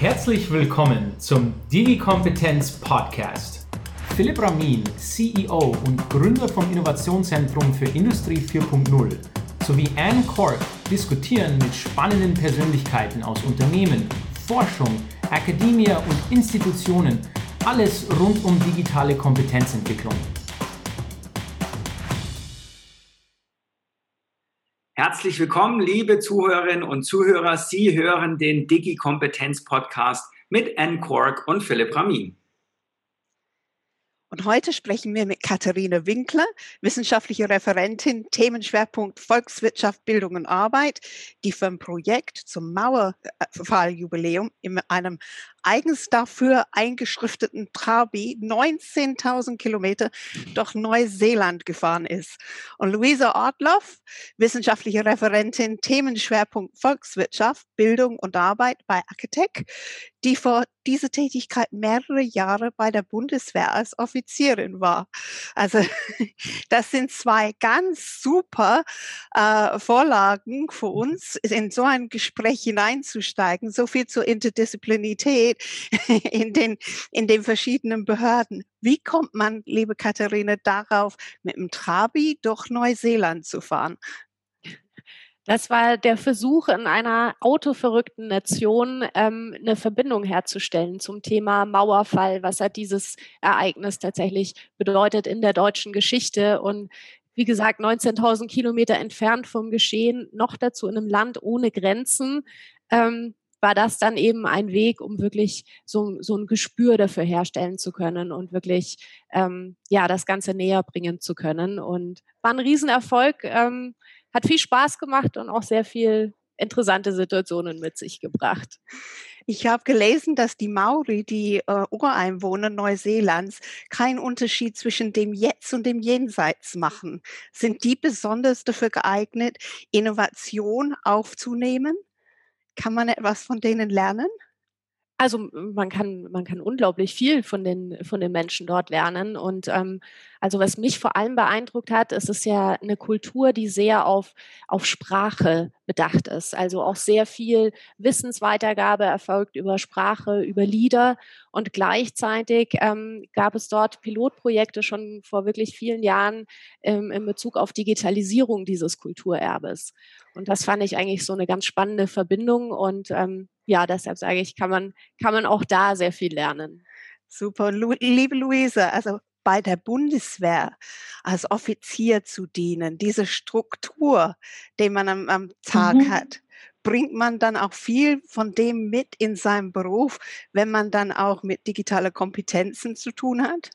Herzlich willkommen zum Digi-Kompetenz Podcast. Philipp Ramin, CEO und Gründer vom Innovationszentrum für Industrie 4.0, sowie Anne Cork diskutieren mit spannenden Persönlichkeiten aus Unternehmen, Forschung, Akademie und Institutionen, alles rund um digitale Kompetenzentwicklung. Herzlich willkommen, liebe Zuhörerinnen und Zuhörer. Sie hören den Digi-Kompetenz-Podcast mit Anne Cork und Philipp Ramin. Und heute sprechen wir mit Katharina Winkler, wissenschaftliche Referentin, Themenschwerpunkt Volkswirtschaft, Bildung und Arbeit, die für ein Projekt zum Mauerfalljubiläum in einem eigens dafür eingeschrifteten Trabi 19.000 Kilometer durch Neuseeland gefahren ist. Und Luisa Ortloff, wissenschaftliche Referentin, Themenschwerpunkt Volkswirtschaft, Bildung und Arbeit bei Acatec, die vor dieser Tätigkeit mehrere Jahre bei der Bundeswehr als Offizierin war. Also das sind zwei ganz super Vorlagen für uns, in so ein Gespräch hineinzusteigen. So viel zur Interdisziplinarität in den verschiedenen Behörden. Wie kommt man, liebe Katharina, darauf, mit dem Trabi durch Neuseeland zu fahren? Das war der Versuch, in einer autoverrückten Nation eine Verbindung herzustellen zum Thema Mauerfall. Was hat dieses Ereignis tatsächlich bedeutet in der deutschen Geschichte? Und wie gesagt, 19.000 Kilometer entfernt vom Geschehen, noch dazu in einem Land ohne Grenzen, war das dann eben ein Weg, um wirklich so ein Gespür dafür herstellen zu können und wirklich das Ganze näher bringen zu können. Und war ein Riesenerfolg. Hat viel Spaß gemacht und auch sehr viel interessante Situationen mit sich gebracht. Ich habe gelesen, dass die Maori, die Ureinwohner Neuseelands, keinen Unterschied zwischen dem Jetzt und dem Jenseits machen. Sind die besonders dafür geeignet, Innovation aufzunehmen? Kann man etwas von denen lernen? Also man kann unglaublich viel von den Menschen dort lernen. Und also was mich vor allem beeindruckt hat, ist es ja eine Kultur, die sehr auf Sprache bedacht ist. Also auch sehr viel Wissensweitergabe erfolgt über Sprache, über Lieder. Und gleichzeitig gab es dort Pilotprojekte schon vor wirklich vielen Jahren in Bezug auf Digitalisierung dieses Kulturerbes. Und das fand ich eigentlich so eine ganz spannende Verbindung. Und deshalb sage ich, kann man auch da sehr viel lernen. Super. Liebe Luisa, also bei der Bundeswehr als Offizier zu dienen, diese Struktur, die man am Tag hat, bringt man dann auch viel von dem mit in seinem Beruf, wenn man dann auch mit digitaler Kompetenzen zu tun hat?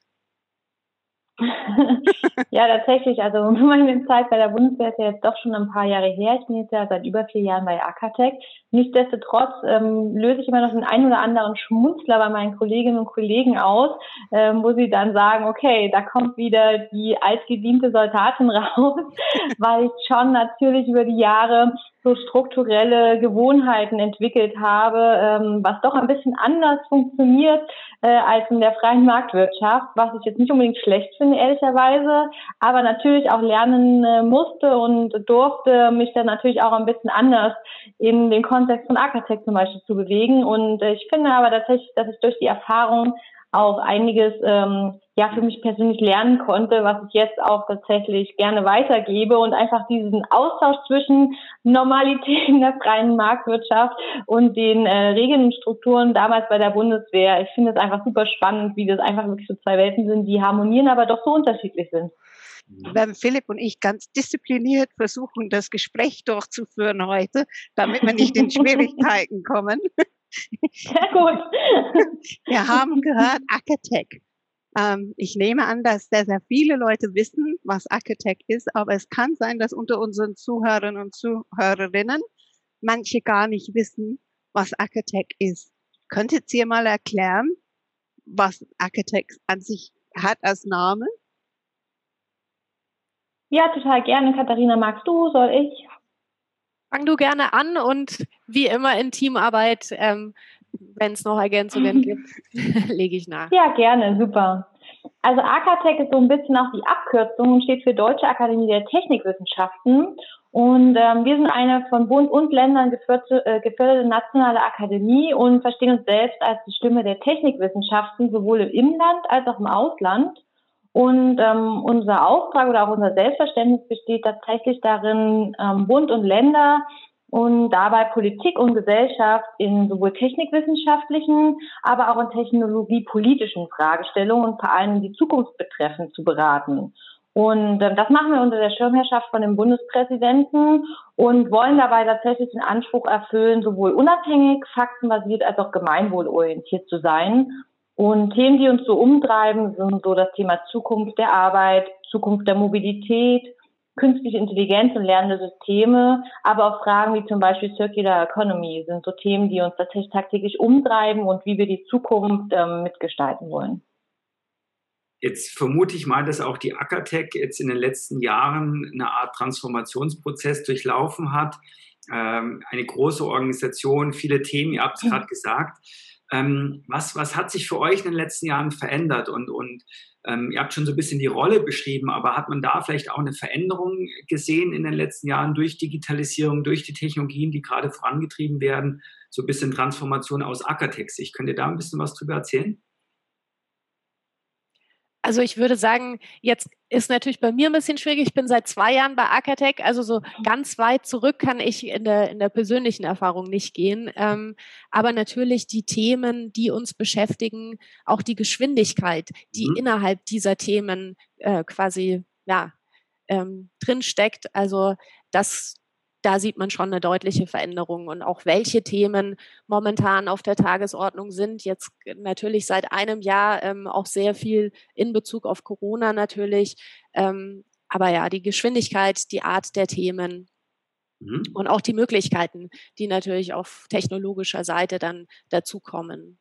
Ja, tatsächlich. Also meine Zeit bei der Bundeswehr ist ja jetzt doch schon ein paar Jahre her. Ich bin jetzt ja seit über 4 Jahren bei Acatec. Nichtsdestotrotz löse ich immer noch den einen oder anderen Schmunzler bei meinen Kolleginnen und Kollegen aus, wo sie dann sagen, okay, da kommt wieder die altgediente Soldatin raus, weil ich schon natürlich über die Jahre so strukturelle Gewohnheiten entwickelt habe, was doch ein bisschen anders funktioniert als in der freien Marktwirtschaft, was ich jetzt nicht unbedingt schlecht finde, ehrlicherweise, aber natürlich auch lernen musste und durfte mich dann natürlich auch ein bisschen anders in den Kontext von Acatec zum Beispiel zu bewegen. Und ich finde aber tatsächlich, dass ich durch die Erfahrung auch einiges für mich persönlich lernen konnte, was ich jetzt auch tatsächlich gerne weitergebe und einfach diesen Austausch zwischen Normalität in der freien Marktwirtschaft und den Regeln und Strukturen damals bei der Bundeswehr. Ich finde es einfach super spannend, wie das einfach wirklich so zwei Welten sind, die harmonieren, aber doch so unterschiedlich sind. Werden Philipp und ich ganz diszipliniert versuchen, das Gespräch durchzuführen heute, damit wir nicht in Schwierigkeiten kommen. Sehr gut. Wir haben gehört, Acatec. Ich nehme an, dass sehr, sehr viele Leute wissen, was Acatec ist, aber es kann sein, dass unter unseren Zuhörern und Zuhörerinnen manche gar nicht wissen, was Acatec ist. Könntet ihr mal erklären, was Acatec an sich hat als Name? Ja, total gerne. Katharina, magst du? Soll ich? Fang du gerne an und wie immer in Teamarbeit, wenn es noch Ergänzungen gibt, lege ich nach. Ja, gerne, super. Also Acatec ist so ein bisschen auch die Abkürzung und steht für Deutsche Akademie der Technikwissenschaften. Und wir sind eine von Bund und Ländern geförderte nationale Akademie und verstehen uns selbst als die Stimme der Technikwissenschaften, sowohl im Inland als auch im Ausland. Und unser Auftrag oder auch unser Selbstverständnis besteht tatsächlich darin, Bund und Länder und dabei Politik und Gesellschaft in sowohl technikwissenschaftlichen, aber auch in technologiepolitischen Fragestellungen und vor allem die Zukunft betreffend zu beraten. Und das machen wir unter der Schirmherrschaft von dem Bundespräsidenten und wollen dabei tatsächlich den Anspruch erfüllen, sowohl unabhängig, faktenbasiert als auch gemeinwohlorientiert zu sein. Und Themen, die uns so umtreiben, sind so das Thema Zukunft der Arbeit, Zukunft der Mobilität, künstliche Intelligenz und lernende Systeme, aber auch Fragen wie zum Beispiel Circular Economy sind so Themen, die uns tatsächlich tagtäglich umtreiben und wie wir die Zukunft mitgestalten wollen. Jetzt vermute ich mal, dass auch die Akatech jetzt in den letzten Jahren eine Art Transformationsprozess durchlaufen hat. Eine große Organisation, viele Themen, ihr habt es gerade gesagt. Was hat sich für euch in den letzten Jahren verändert? Und ihr habt schon so ein bisschen die Rolle beschrieben, aber hat man da vielleicht auch eine Veränderung gesehen in den letzten Jahren durch Digitalisierung, durch die Technologien, die gerade vorangetrieben werden? So ein bisschen Transformation aus Akatech-Sicht. Könnt ihr da ein bisschen was drüber erzählen? Also ich würde sagen, jetzt ist natürlich bei mir ein bisschen schwierig. Ich bin seit 2 Jahren bei Akatech, also so ganz weit zurück kann ich in der persönlichen Erfahrung nicht gehen. Aber natürlich die Themen, die uns beschäftigen, auch die Geschwindigkeit, die innerhalb dieser Themen quasi drin steckt. Also da sieht man schon eine deutliche Veränderung und auch welche Themen momentan auf der Tagesordnung sind. Jetzt natürlich seit einem Jahr auch sehr viel in Bezug auf Corona natürlich. Aber ja, die Geschwindigkeit, die Art der Themen und auch die Möglichkeiten, die natürlich auf technologischer Seite dann dazukommen.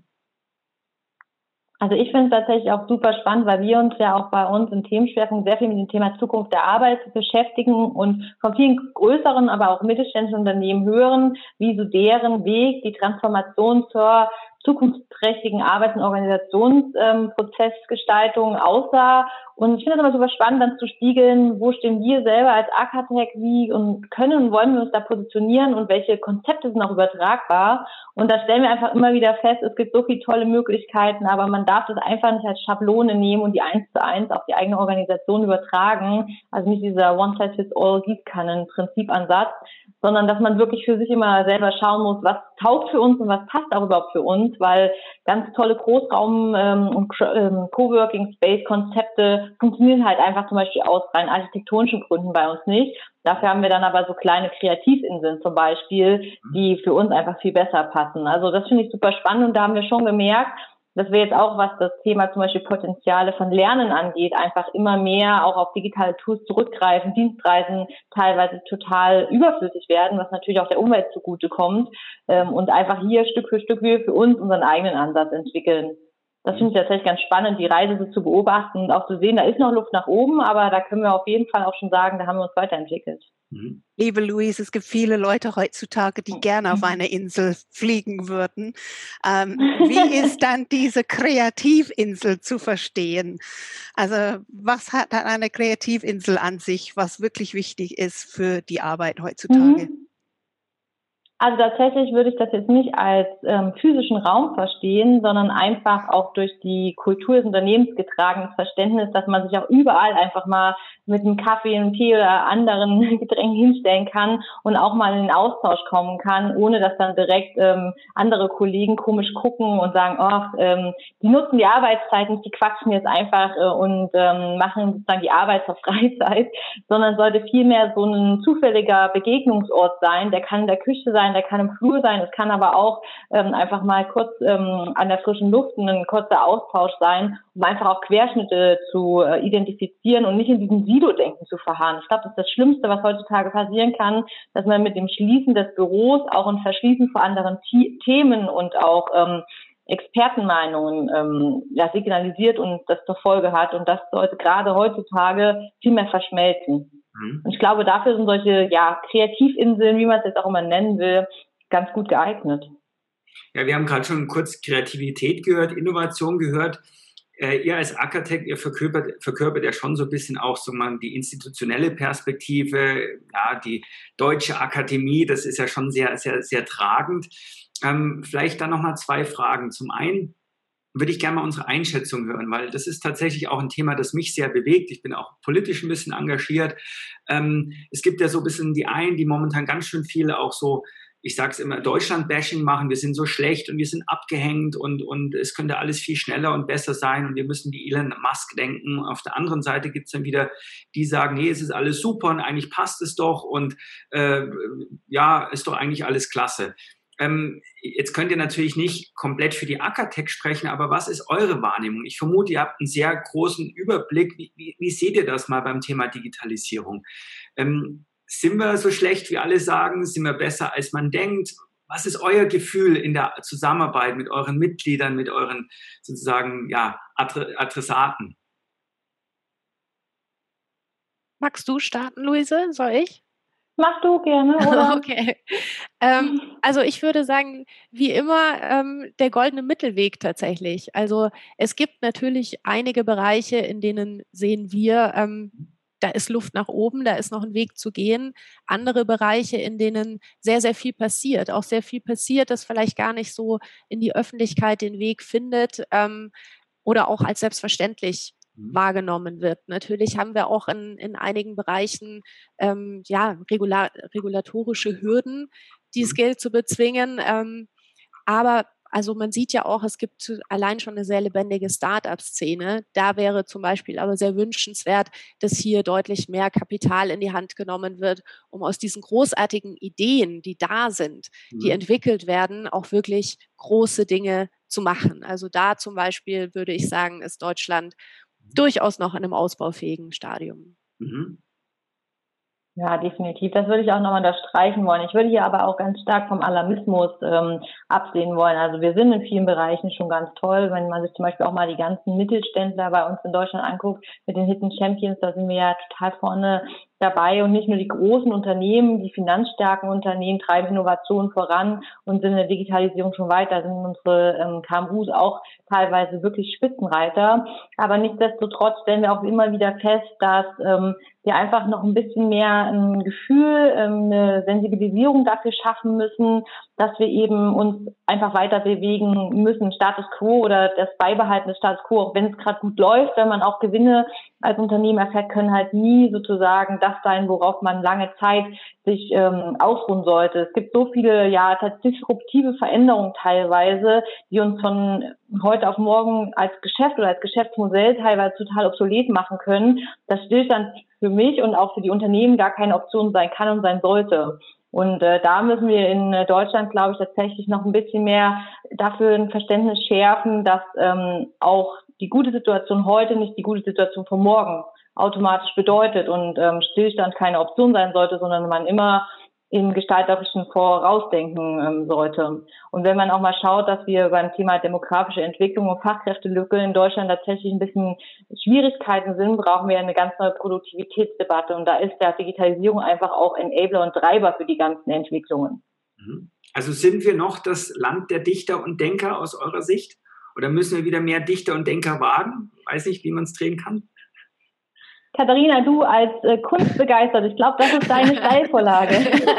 Also ich finde es tatsächlich auch super spannend, weil wir uns ja auch bei uns im Themenschwerpunkt sehr viel mit dem Thema Zukunft der Arbeit beschäftigen und von vielen größeren, aber auch mittelständischen Unternehmen hören, wie so deren Weg, die Transformation zur zukunftsträchtigen Arbeits- und Organisationsprozessgestaltung aussah. Und ich finde es immer super spannend, dann zu spiegeln, wo stehen wir selber als Akatech, wie und können und wollen wir uns da positionieren und welche Konzepte sind auch übertragbar. Und da stellen wir einfach immer wieder fest, es gibt so viele tolle Möglichkeiten, aber man darf das einfach nicht als Schablone nehmen und die 1:1 auf die eigene Organisation übertragen. Also nicht dieser One-Size-Fits-All-Gießkannen-Prinzipansatz, sondern dass man wirklich für sich immer selber schauen muss, was taugt für uns und was passt auch überhaupt für uns, weil ganz tolle Großraum- und Coworking-Space-Konzepte funktionieren halt einfach zum Beispiel aus rein architektonischen Gründen bei uns nicht. Dafür haben wir dann aber so kleine Kreativinseln zum Beispiel, die für uns einfach viel besser passen. Also das finde ich super spannend und da haben wir schon gemerkt, dass wir jetzt auch, was das Thema zum Beispiel Potenziale von Lernen angeht, einfach immer mehr auch auf digitale Tools zurückgreifen, Dienstreisen teilweise total überflüssig werden, was natürlich auch der Umwelt zugutekommt und einfach hier Stück für Stück wir für uns unseren eigenen Ansatz entwickeln. Das finde ich tatsächlich ganz spannend, die Reise so zu beobachten und auch zu sehen, da ist noch Luft nach oben, aber da können wir auf jeden Fall auch schon sagen, da haben wir uns weiterentwickelt. Liebe Louise, es gibt viele Leute heutzutage, die gerne auf eine Insel fliegen würden. Wie ist dann diese Kreativinsel zu verstehen? Also was hat dann eine Kreativinsel an sich, was wirklich wichtig ist für die Arbeit heutzutage? Also tatsächlich würde ich das jetzt nicht als physischen Raum verstehen, sondern einfach auch durch die Kultur des Unternehmens getragenes Verständnis, dass man sich auch überall einfach mal mit einem Kaffee, einem Tee oder anderen Getränken hinstellen kann und auch mal in den Austausch kommen kann, ohne dass dann direkt andere Kollegen komisch gucken und sagen, die nutzen die Arbeitszeiten, die quatschen jetzt einfach und machen sozusagen die Arbeit zur Freizeit, sondern sollte vielmehr so ein zufälliger Begegnungsort sein. Der kann in der Küche sein, der kann im Flur sein, es kann aber auch einfach mal kurz an der frischen Luft ein kurzer Austausch sein, um einfach auch Querschnitte zu identifizieren und nicht in diesem Silo-Denken zu verharren. Ich glaube, das ist das Schlimmste, was heutzutage passieren kann, dass man mit dem Schließen des Büros auch ein Verschließen vor anderen Themen und auch Expertenmeinungen signalisiert und das zur Folge hat. Und das sollte gerade heutzutage viel mehr verschmelzen. Und ich glaube, dafür sind solche Kreativinseln, wie man es jetzt auch immer nennen will, ganz gut geeignet. Ja, wir haben gerade schon kurz Kreativität gehört, Innovation gehört. Ihr als Akatech, ihr verkörpert ja schon so ein bisschen auch so mal die institutionelle Perspektive, ja, die Deutsche Akademie, das ist ja schon sehr, sehr, sehr tragend. Vielleicht dann nochmal 2 Fragen. Zum einen würde ich gerne mal unsere Einschätzung hören, weil das ist tatsächlich auch ein Thema, das mich sehr bewegt. Ich bin auch politisch ein bisschen engagiert. Es gibt ja so ein bisschen die einen, die momentan ganz schön viel auch so, ich sage es immer, Deutschland-Bashing machen. Wir sind so schlecht und wir sind abgehängt und es könnte alles viel schneller und besser sein und wir müssen wie Elon Musk denken. Auf der anderen Seite gibt es dann wieder, die sagen, nee, es ist alles super und eigentlich passt es doch und ja, ist doch eigentlich alles klasse. Jetzt könnt ihr natürlich nicht komplett für die Akatech sprechen, aber was ist eure Wahrnehmung? Ich vermute, ihr habt einen sehr großen Überblick. Wie seht ihr das mal beim Thema Digitalisierung? Sind wir so schlecht, wie alle sagen? Sind wir besser, als man denkt? Was ist euer Gefühl in der Zusammenarbeit mit euren Mitgliedern, mit euren sozusagen ja, Adressaten? Magst du starten, Luise? Soll ich? Mach du gerne, oder? Okay. Also ich würde sagen, wie immer der goldene Mittelweg tatsächlich. Also es gibt natürlich einige Bereiche, in denen sehen wir, da ist Luft nach oben, da ist noch ein Weg zu gehen. Andere Bereiche, in denen sehr, sehr viel passiert, auch sehr viel passiert, das vielleicht gar nicht so in die Öffentlichkeit den Weg findet oder auch als selbstverständlich wahrgenommen wird. Natürlich haben wir auch in einigen Bereichen ja, regulatorische Hürden, dieses Geld zu bezwingen. Aber also man sieht ja auch, es gibt allein schon eine sehr lebendige Start-up-Szene. Da wäre zum Beispiel aber sehr wünschenswert, dass hier deutlich mehr Kapital in die Hand genommen wird, um aus diesen großartigen Ideen, die da sind, die entwickelt werden, auch wirklich große Dinge zu machen. Also da zum Beispiel würde ich sagen, ist Deutschland durchaus noch in einem ausbaufähigen Stadium. Ja, definitiv. Das würde ich auch nochmal unterstreichen wollen. Ich würde hier aber auch ganz stark vom Alarmismus absehen wollen. Also wir sind in vielen Bereichen schon ganz toll. Wenn man sich zum Beispiel auch mal die ganzen Mittelständler bei uns in Deutschland anguckt, mit den Hidden Champions, da sind wir ja total vorne dabei und nicht nur die großen Unternehmen, die finanzstarken Unternehmen treiben Innovationen voran und sind in der Digitalisierung schon weiter, sind unsere KMUs auch teilweise wirklich Spitzenreiter. Aber nichtsdestotrotz stellen wir auch immer wieder fest, dass wir einfach noch ein bisschen mehr ein Gefühl, eine Sensibilisierung dafür schaffen müssen, dass wir eben uns einfach weiter bewegen müssen. Status quo oder das Beibehalten des Status quo, auch wenn es gerade gut läuft, wenn man auch Gewinne als Unternehmen erfährt, können halt nie sozusagen das sein, worauf man lange Zeit sich ausruhen sollte. Es gibt so viele ja disruptive Veränderungen teilweise, die uns von heute auf morgen als Geschäft oder als Geschäftsmodell teilweise total obsolet machen können, dass Stillstand für mich und auch für die Unternehmen gar keine Option sein kann und sein sollte. Und da müssen wir in Deutschland, glaube ich, tatsächlich noch ein bisschen mehr dafür ein Verständnis schärfen, dass auch die gute Situation heute nicht die gute Situation von morgen automatisch bedeutet und Stillstand keine Option sein sollte, sondern man immer im gestalterischen Vorausdenken sollte. Und wenn man auch mal schaut, dass wir beim Thema demografische Entwicklung und Fachkräftelücke in Deutschland tatsächlich ein bisschen Schwierigkeiten sind, brauchen wir eine ganz neue Produktivitätsdebatte. Und da ist der Digitalisierung einfach auch Enabler und Treiber für die ganzen Entwicklungen. Also sind wir noch das Land der Dichter und Denker aus eurer Sicht? Oder müssen wir wieder mehr Dichter und Denker wagen? Weiß nicht, wie man es drehen kann. Katharina, du als kunstbegeistert, ich glaube, das ist deine Steilvorlage.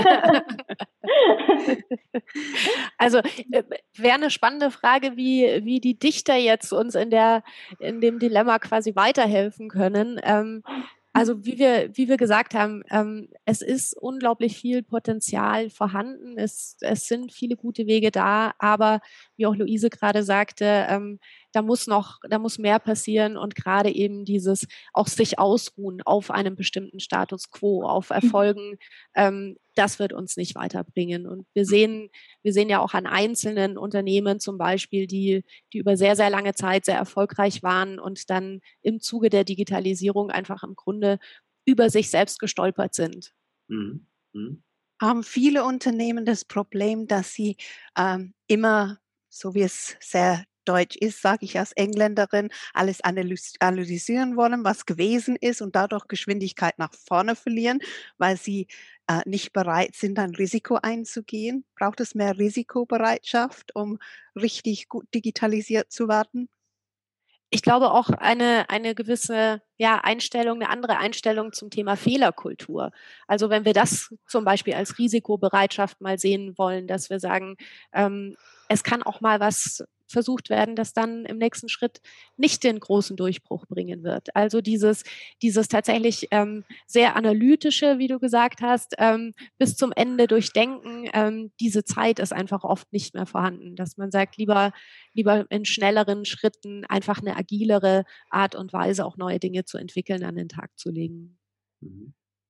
Also wäre eine spannende Frage, wie die Dichter jetzt uns in dem Dilemma quasi weiterhelfen können. Also wie wir gesagt haben, es ist unglaublich viel Potenzial vorhanden. Es sind viele gute Wege da, aber wie auch Luise gerade sagte, da muss mehr passieren und gerade eben dieses auch sich ausruhen auf einem bestimmten Status quo, auf Erfolgen, das wird uns nicht weiterbringen. Und wir sehen ja auch an einzelnen Unternehmen zum Beispiel, die über sehr, sehr lange Zeit sehr erfolgreich waren und dann im Zuge der Digitalisierung einfach im Grunde über sich selbst gestolpert sind. Haben viele Unternehmen das Problem, dass sie immer, so wie es sehr deutsch ist, sage ich als Engländerin, alles analysieren wollen, was gewesen ist und dadurch Geschwindigkeit nach vorne verlieren, weil sie nicht bereit sind, ein Risiko einzugehen? Braucht es mehr Risikobereitschaft, um richtig gut digitalisiert zu werden? ich glaube auch eine gewisse Einstellung, eine andere Einstellung zum Thema Fehlerkultur. Also wenn wir das zum Beispiel als Risikobereitschaft mal sehen wollen, dass wir sagen, es kann auch mal was versucht werden, das dann im nächsten Schritt nicht den großen Durchbruch bringen wird. Also dieses tatsächlich sehr analytische, wie du gesagt hast, bis zum Ende durchdenken, diese Zeit ist einfach oft nicht mehr vorhanden, dass man sagt, lieber in schnelleren Schritten einfach eine agilere Art und Weise, auch neue Dinge zu entwickeln, an den Tag zu legen. Mhm.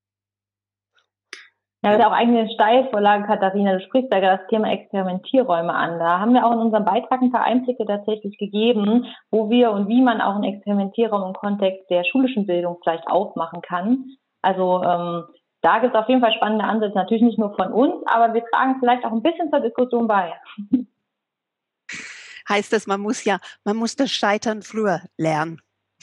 Ja, das ist auch eigentlich eine Steilvorlage, Katharina. Du sprichst da gerade das Thema Experimentierräume an. Da haben wir auch in unserem Beitrag ein paar Einblicke tatsächlich gegeben, wo wir und wie man auch einen Experimentierraum im Kontext der schulischen Bildung vielleicht aufmachen kann. Also da gibt es auf jeden Fall spannende Ansätze, natürlich nicht nur von uns, aber wir tragen vielleicht auch ein bisschen zur Diskussion bei. Heißt das, man muss das Scheitern früher lernen.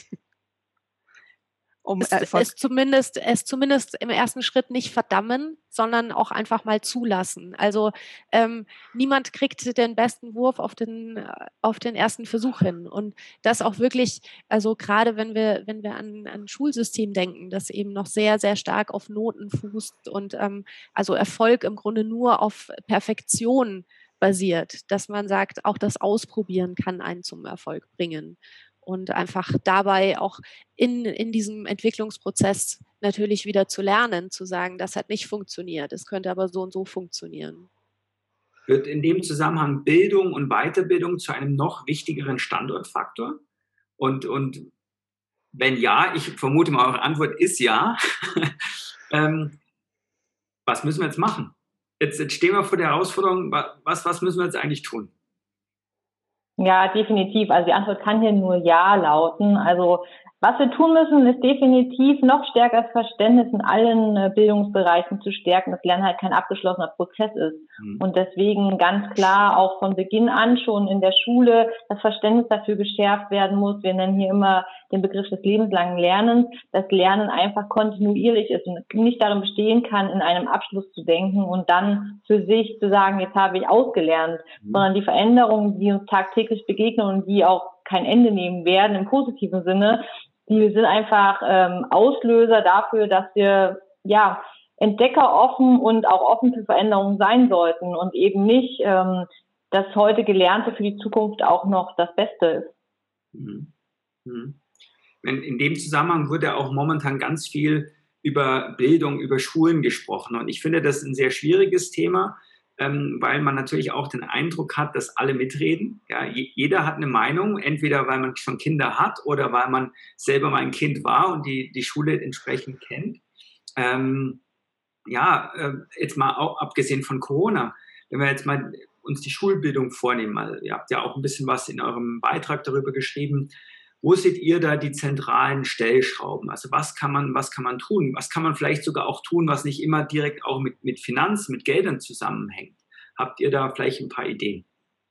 Es zumindest im ersten Schritt nicht verdammen, sondern auch einfach mal zulassen. Also niemand kriegt den besten Wurf auf den ersten Versuch hin. Und das auch wirklich, also gerade wenn wir an Schulsystem denken, das eben noch sehr, sehr stark auf Noten fußt und also Erfolg im Grunde nur auf Perfektion basiert, dass man sagt, auch das Ausprobieren kann einen zum Erfolg bringen. Und einfach dabei auch in diesem Entwicklungsprozess natürlich wieder zu lernen, zu sagen, das hat nicht funktioniert, es könnte aber so und so funktionieren. Wird in dem Zusammenhang Bildung und Weiterbildung zu einem noch wichtigeren Standortfaktor? Und wenn ja, ich vermute mal, eure Antwort ist ja. Was müssen wir jetzt machen? Jetzt stehen wir vor der Herausforderung, was müssen wir jetzt eigentlich tun? Ja, definitiv. Also die Antwort kann hier nur Ja lauten. Also was wir tun müssen, ist definitiv noch stärker das Verständnis in allen Bildungsbereichen zu stärken, dass Lernen halt kein abgeschlossener Prozess ist. Und deswegen ganz klar auch von Beginn an schon in der Schule das Verständnis dafür geschärft werden muss. Wir nennen hier immer den Begriff des lebenslangen Lernens, dass Lernen einfach kontinuierlich ist und nicht darin bestehen kann, in einem Abschluss zu denken und dann für sich zu sagen, jetzt habe ich ausgelernt, sondern die Veränderungen, die uns tagtäglich begegnen und die auch kein Ende nehmen werden im positiven Sinne, die sind einfach Auslöser dafür, dass wir entdeckeroffen und auch offen für Veränderungen sein sollten und eben nicht das heute Gelernte für die Zukunft auch noch das Beste ist. In dem Zusammenhang wird ja auch momentan ganz viel über Bildung, über Schulen gesprochen. Und ich finde das ein sehr schwieriges Thema, weil man natürlich auch den Eindruck hat, dass alle mitreden. Ja, jeder hat eine Meinung, entweder weil man schon Kinder hat oder weil man selber mal ein Kind war und die Schule entsprechend kennt. Jetzt mal auch abgesehen von Corona, wenn wir jetzt mal uns die Schulbildung vornehmen, mal, ihr habt ja auch ein bisschen was in eurem Beitrag darüber geschrieben. Wo seht ihr da die zentralen Stellschrauben? Also was kann man tun? Was kann man vielleicht sogar auch tun, was nicht immer direkt auch mit Finanzen, mit Geldern zusammenhängt? Habt ihr da vielleicht ein paar Ideen?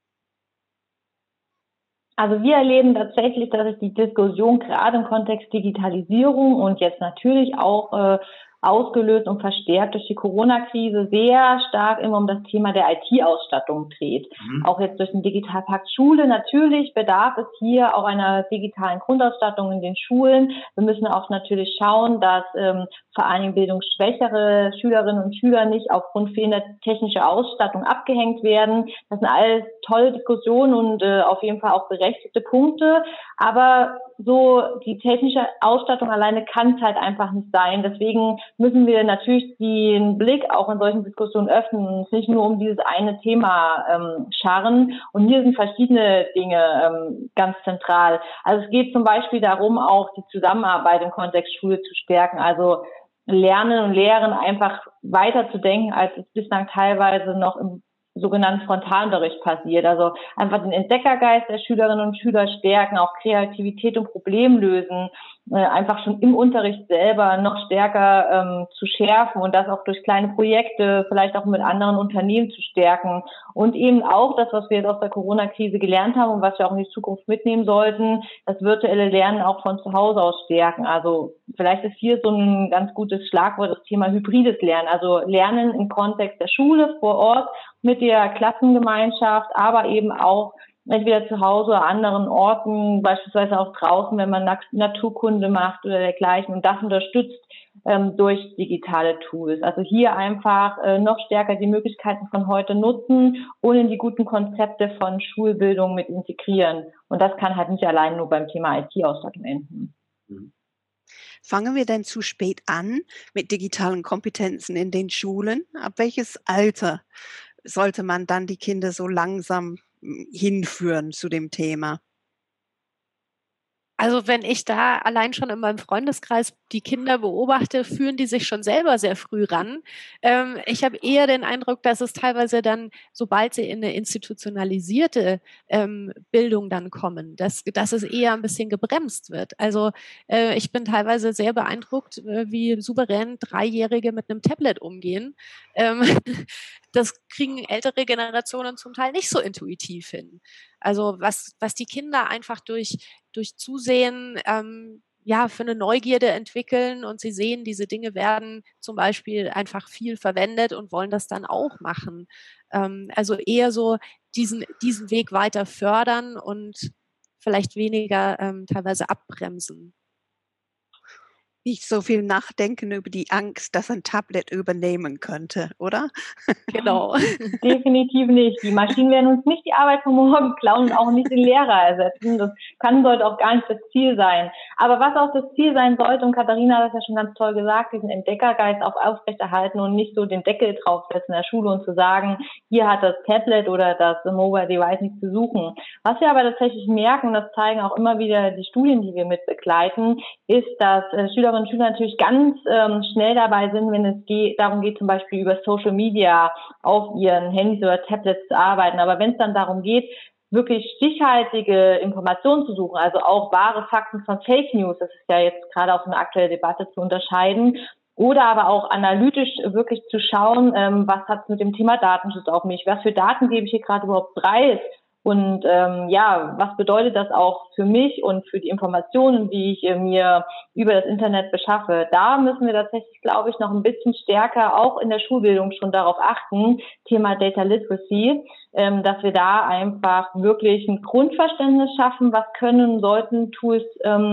Also wir erleben tatsächlich, dass sich die Diskussion gerade im Kontext Digitalisierung und jetzt natürlich auch ausgelöst und verstärkt durch die Corona-Krise sehr stark immer um das Thema der IT-Ausstattung dreht. Auch jetzt durch den Digitalpakt Schule. Natürlich bedarf es hier auch einer digitalen Grundausstattung in den Schulen. Wir müssen auch natürlich schauen, dass vor allen Dingen bildungsschwächere Schülerinnen und Schüler nicht aufgrund fehlender technischer Ausstattung abgehängt werden. Das sind alles tolle Diskussionen und auf jeden Fall auch berechtigte Punkte. Aber so die technische Ausstattung alleine kann es halt einfach nicht sein. Deswegen müssen wir natürlich den Blick auch in solchen Diskussionen öffnen und uns nicht nur um dieses eine Thema scharren. Und hier sind verschiedene Dinge ganz zentral. Also es geht zum Beispiel darum, auch die Zusammenarbeit im Kontext Schule zu stärken. Also Lernen und Lehren einfach weiter zu denken, als es bislang teilweise noch im sogenannten Frontalunterricht passiert. Also einfach den Entdeckergeist der Schülerinnen und Schüler stärken, auch Kreativität und Problemlösen einfach schon im Unterricht selber noch stärker zu schärfen und das auch durch kleine Projekte, vielleicht auch mit anderen Unternehmen zu stärken. Und eben auch das, was wir jetzt aus der Corona-Krise gelernt haben und was wir auch in die Zukunft mitnehmen sollten, das virtuelle Lernen auch von zu Hause aus stärken. Also vielleicht ist hier so ein ganz gutes Schlagwort das Thema hybrides Lernen. Also Lernen im Kontext der Schule vor Ort mit der Klassengemeinschaft, aber eben auch entweder zu Hause oder anderen Orten, beispielsweise auch draußen, wenn man Naturkunde macht oder dergleichen, und das unterstützt durch digitale Tools. Also hier einfach noch stärker die Möglichkeiten von heute nutzen und in die guten Konzepte von Schulbildung mit integrieren. Und das kann halt nicht allein nur beim Thema IT-Ausstattung enden. Fangen wir denn zu spät an mit digitalen Kompetenzen in den Schulen? Ab welches Alter sollte man dann die Kinder so langsam hinführen zu dem Thema? Also wenn ich da allein schon in meinem Freundeskreis die Kinder beobachte, führen die sich schon selber sehr früh ran. Ich habe eher den Eindruck, dass es teilweise dann, sobald sie in eine institutionalisierte Bildung dann kommen, dass es eher ein bisschen gebremst wird. Also ich bin teilweise sehr beeindruckt, wie souverän Dreijährige mit einem Tablet umgehen. Das kriegen ältere Generationen zum Teil nicht so intuitiv hin. Also was die Kinder einfach durch Zusehen für eine Neugierde entwickeln, und sie sehen, diese Dinge werden zum Beispiel einfach viel verwendet und wollen das dann auch machen. Also eher so diesen Weg weiter fördern und vielleicht weniger teilweise abbremsen. Nicht so viel nachdenken über die Angst, dass ein Tablet übernehmen könnte, oder? Genau. Definitiv nicht. Die Maschinen werden uns nicht die Arbeit von morgen klauen und auch nicht den Lehrer ersetzen. Das sollte auch gar nicht das Ziel sein. Aber was auch das Ziel sein sollte, und Katharina hat das ja schon ganz toll gesagt, diesen Entdeckergeist auch aufrechterhalten und nicht so den Deckel draufsetzen in der Schule und zu sagen, hier hat das Tablet oder das Mobile Device nichts zu suchen. Was wir aber tatsächlich merken, und das zeigen auch immer wieder die Studien, die wir mit begleiten, ist, dass Schülerinnen und Schüler natürlich ganz schnell dabei sind, wenn es darum geht, zum Beispiel über Social Media auf ihren Handys oder Tablets zu arbeiten. Aber wenn es dann darum geht, wirklich stichhaltige Informationen zu suchen, also auch wahre Fakten von Fake News, das ist ja jetzt gerade auch eine aktuelle Debatte zu unterscheiden, oder aber auch analytisch wirklich zu schauen, was hat es mit dem Thema Datenschutz auf mich, was für Daten gebe ich hier gerade überhaupt preis, und was bedeutet das auch für mich und für die Informationen, die ich mir über das Internet beschaffe? Da müssen wir tatsächlich, glaube ich, noch ein bisschen stärker auch in der Schulbildung schon darauf achten, Thema Data Literacy, dass wir da einfach wirklich ein Grundverständnis schaffen, was können, sollten Tools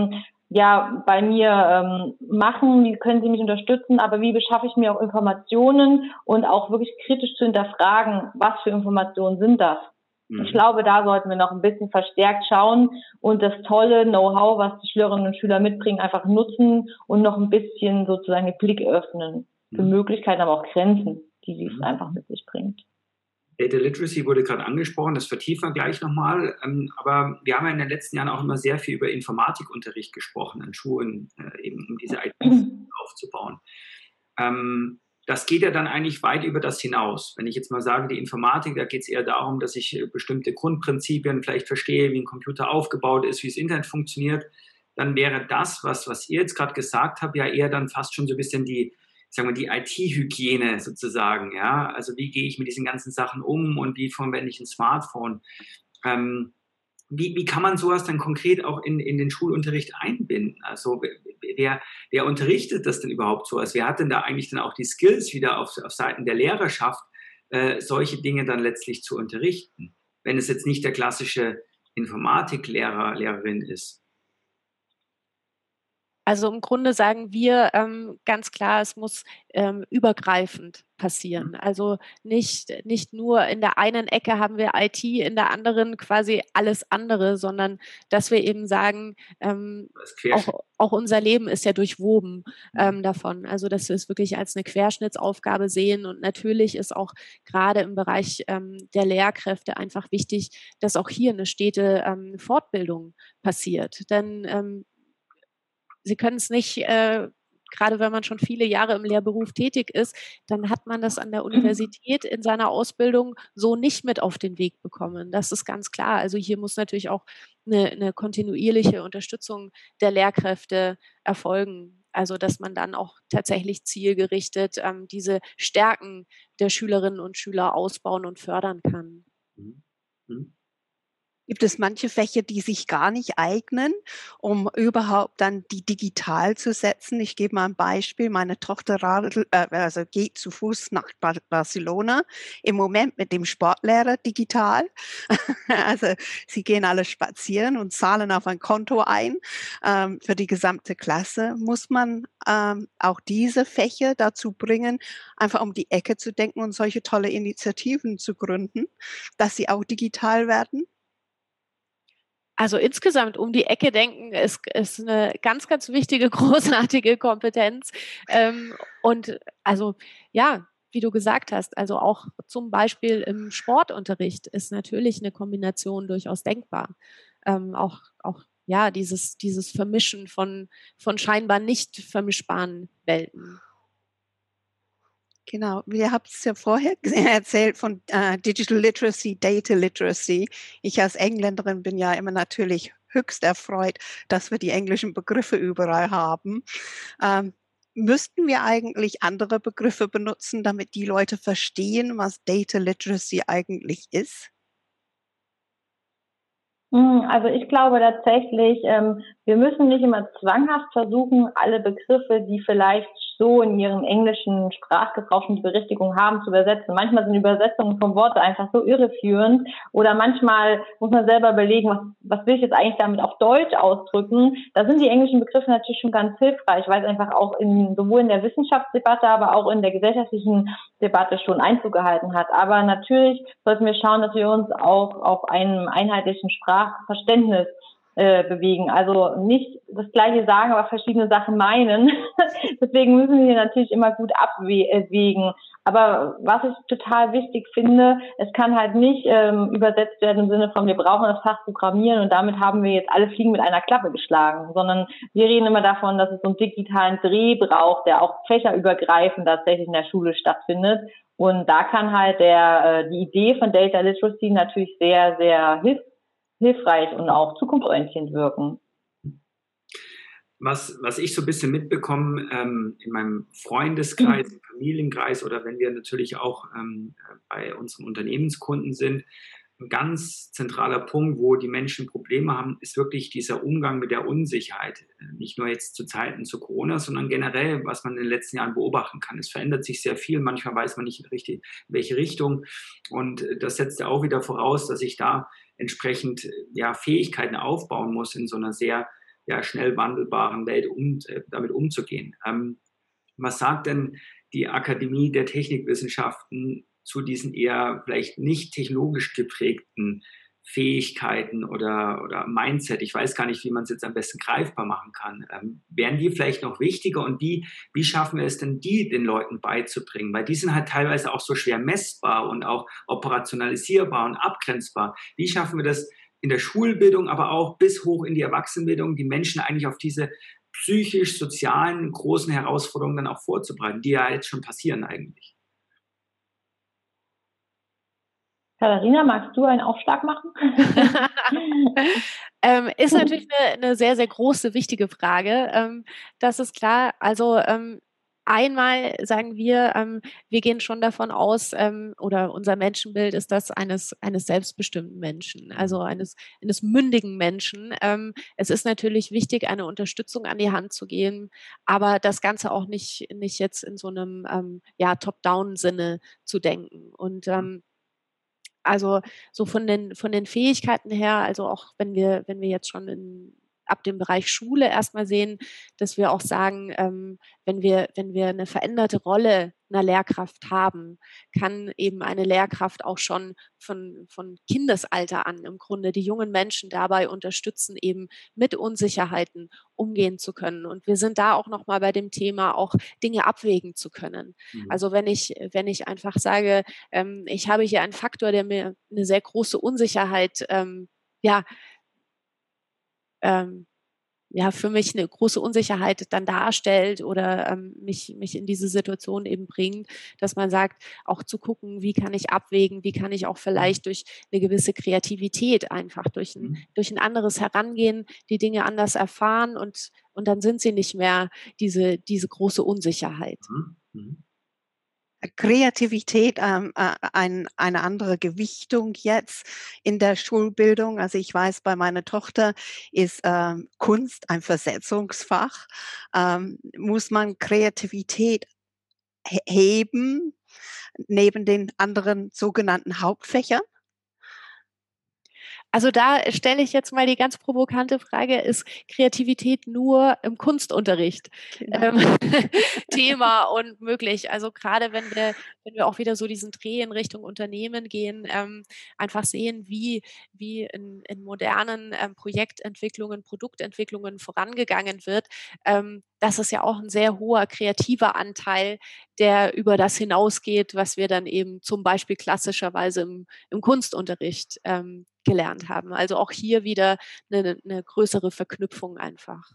bei mir machen, wie können sie mich unterstützen, aber wie beschaffe ich mir auch Informationen und auch wirklich kritisch zu hinterfragen, was für Informationen sind das? Ich glaube, da sollten wir noch ein bisschen verstärkt schauen und das tolle Know-how, was die Schülerinnen und Schüler mitbringen, einfach nutzen und noch ein bisschen sozusagen den Blick öffnen für Möglichkeiten, aber auch Grenzen, die es einfach mit sich bringt. Data Literacy wurde gerade angesprochen, das vertiefen wir gleich nochmal. Aber wir haben ja in den letzten Jahren auch immer sehr viel über Informatikunterricht gesprochen an Schulen, eben um diese IT aufzubauen. Das geht ja dann eigentlich weit über das hinaus. Wenn ich jetzt mal sage, die Informatik, da geht es eher darum, dass ich bestimmte Grundprinzipien vielleicht verstehe, wie ein Computer aufgebaut ist, wie das Internet funktioniert. Dann wäre das, was ihr jetzt gerade gesagt habt, ja eher dann fast schon so ein bisschen die IT-Hygiene sozusagen. Ja? Also wie gehe ich mit diesen ganzen Sachen um und wie verwende ich ein Smartphone? Wie kann man sowas dann konkret auch in den Schulunterricht einbinden? Also wer unterrichtet das denn überhaupt sowas? Wer hat denn da eigentlich dann auch die Skills wieder auf Seiten der Lehrerschaft, solche Dinge dann letztlich zu unterrichten, wenn es jetzt nicht der klassische Informatiklehrer, Lehrerin ist? Also im Grunde sagen wir ganz klar, es muss übergreifend passieren. Also nicht nur in der einen Ecke haben wir IT, in der anderen quasi alles andere, sondern dass wir eben sagen, auch unser Leben ist ja durchwoben davon. Also dass wir es wirklich als eine Querschnittsaufgabe sehen, und natürlich ist auch gerade im Bereich der Lehrkräfte einfach wichtig, dass auch hier eine stete Fortbildung passiert. Denn Sie können es nicht, gerade wenn man schon viele Jahre im Lehrberuf tätig ist, dann hat man das an der Universität in seiner Ausbildung so nicht mit auf den Weg bekommen. Das ist ganz klar. Also hier muss natürlich auch eine kontinuierliche Unterstützung der Lehrkräfte erfolgen. Also dass man dann auch tatsächlich zielgerichtet diese Stärken der Schülerinnen und Schüler ausbauen und fördern kann. Mhm. Gibt es manche Fächer, die sich gar nicht eignen, um überhaupt dann die digital zu setzen? Ich gebe mal ein Beispiel. Meine Tochter geht zu Fuß nach Barcelona, im Moment mit dem Sportlehrer digital. Also sie gehen alle spazieren und zahlen auf ein Konto ein. Für die gesamte Klasse muss man auch diese Fächer dazu bringen, einfach um die Ecke zu denken und solche tolle Initiativen zu gründen, dass sie auch digital werden. Also insgesamt um die Ecke denken ist eine ganz, ganz wichtige, großartige Kompetenz. Und also ja, wie du gesagt hast, also auch zum Beispiel im Sportunterricht ist natürlich eine Kombination durchaus denkbar. Auch ja, dieses Vermischen von scheinbar nicht vermischbaren Welten. Genau, wir haben es ja vorher erzählt von Digital Literacy, Data Literacy. Ich als Engländerin bin ja immer natürlich höchst erfreut, dass wir die englischen Begriffe überall haben. Müssten wir eigentlich andere Begriffe benutzen, damit die Leute verstehen, was Data Literacy eigentlich ist? Also ich glaube tatsächlich, wir müssen nicht immer zwanghaft versuchen, alle Begriffe, die vielleicht so in ihrem englischen Sprachgebrauch schon die Berichtigung haben, zu übersetzen. Manchmal sind Übersetzungen von Worten einfach so irreführend oder manchmal muss man selber überlegen, was will ich jetzt eigentlich damit auf Deutsch ausdrücken. Da sind die englischen Begriffe natürlich schon ganz hilfreich, weil es einfach auch sowohl in der Wissenschaftsdebatte, aber auch in der gesellschaftlichen Debatte schon Einzug gehalten hat. Aber natürlich sollten wir schauen, dass wir uns auch auf einem einheitlichen Sprachverständnis bewegen. Also nicht das Gleiche sagen, aber verschiedene Sachen meinen. Deswegen müssen wir natürlich immer gut abwägen. Aber was ich total wichtig finde, es kann halt nicht übersetzt werden im Sinne von, wir brauchen das Fach Programmieren und damit haben wir jetzt alle Fliegen mit einer Klappe geschlagen, sondern wir reden immer davon, dass es so einen digitalen Dreh braucht, der auch fächerübergreifend tatsächlich in der Schule stattfindet. Und da kann halt die Idee von Data Literacy natürlich sehr, sehr hilfreich und auch zukunftsorientiert wirken. Was ich so ein bisschen mitbekomme in meinem Freundeskreis, Familienkreis oder wenn wir natürlich auch bei unseren Unternehmenskunden sind, ein ganz zentraler Punkt, wo die Menschen Probleme haben, ist wirklich dieser Umgang mit der Unsicherheit. Nicht nur jetzt zu Zeiten zu Corona, sondern generell, was man in den letzten Jahren beobachten kann. Es verändert sich sehr viel. Manchmal weiß man nicht richtig, in welche Richtung. Und das setzt ja auch wieder voraus, dass ich da entsprechend Fähigkeiten aufbauen muss, in so einer sehr schnell wandelbaren Welt damit umzugehen. Was sagt denn die Akademie der Technikwissenschaften zu diesen eher vielleicht nicht technologisch geprägten Fähigkeiten oder Mindset? Ich weiß gar nicht, wie man es jetzt am besten greifbar machen kann. Wären die vielleicht noch wichtiger und wie schaffen wir es denn, die den Leuten beizubringen? Weil die sind halt teilweise auch so schwer messbar und auch operationalisierbar und abgrenzbar. Wie schaffen wir das in der Schulbildung, aber auch bis hoch in die Erwachsenenbildung, die Menschen eigentlich auf diese psychisch-sozialen großen Herausforderungen dann auch vorzubereiten, die ja jetzt schon passieren eigentlich? Katharina, magst du einen Aufschlag machen? Ist natürlich eine sehr, sehr große, wichtige Frage. Das ist klar. Also einmal sagen wir, wir gehen schon davon aus, oder unser Menschenbild ist das eines selbstbestimmten Menschen, also eines mündigen Menschen. Es ist natürlich wichtig, eine Unterstützung an die Hand zu geben, aber das Ganze auch nicht jetzt in so einem Top-Down-Sinne zu denken. Und also so von den Fähigkeiten her, also auch wenn wir jetzt schon ab dem Bereich Schule erstmal sehen, dass wir auch sagen, wenn wir eine veränderte Rolle einer Lehrkraft haben, kann eben eine Lehrkraft auch schon von Kindesalter an im Grunde die jungen Menschen dabei unterstützen, eben mit Unsicherheiten umgehen zu können. Und wir sind da auch nochmal bei dem Thema, auch Dinge abwägen zu können. Also wenn ich einfach sage, ich habe hier einen Faktor, der mir eine sehr große Unsicherheit für mich eine große Unsicherheit dann darstellt oder mich in diese Situation eben bringt, dass man sagt, auch zu gucken, wie kann ich abwägen, wie kann ich auch vielleicht durch eine gewisse Kreativität einfach durch ein anderes Herangehen die Dinge anders erfahren und dann sind sie nicht mehr diese große Unsicherheit. Kreativität eine andere Gewichtung jetzt in der Schulbildung. Also ich weiß, bei meiner Tochter ist Kunst ein Versetzungsfach. Muss man Kreativität heben neben den anderen sogenannten Hauptfächern? Also da stelle ich jetzt mal die ganz provokante Frage, ist Kreativität nur im Kunstunterricht Thema und möglich? Also gerade wenn wir auch wieder so diesen Dreh in Richtung Unternehmen gehen, einfach sehen, wie in modernen Projektentwicklungen, Produktentwicklungen vorangegangen wird, das ist ja auch ein sehr hoher kreativer Anteil, der über das hinausgeht, was wir dann eben zum Beispiel klassischerweise im Kunstunterricht gelernt haben. Also auch hier wieder eine größere Verknüpfung einfach.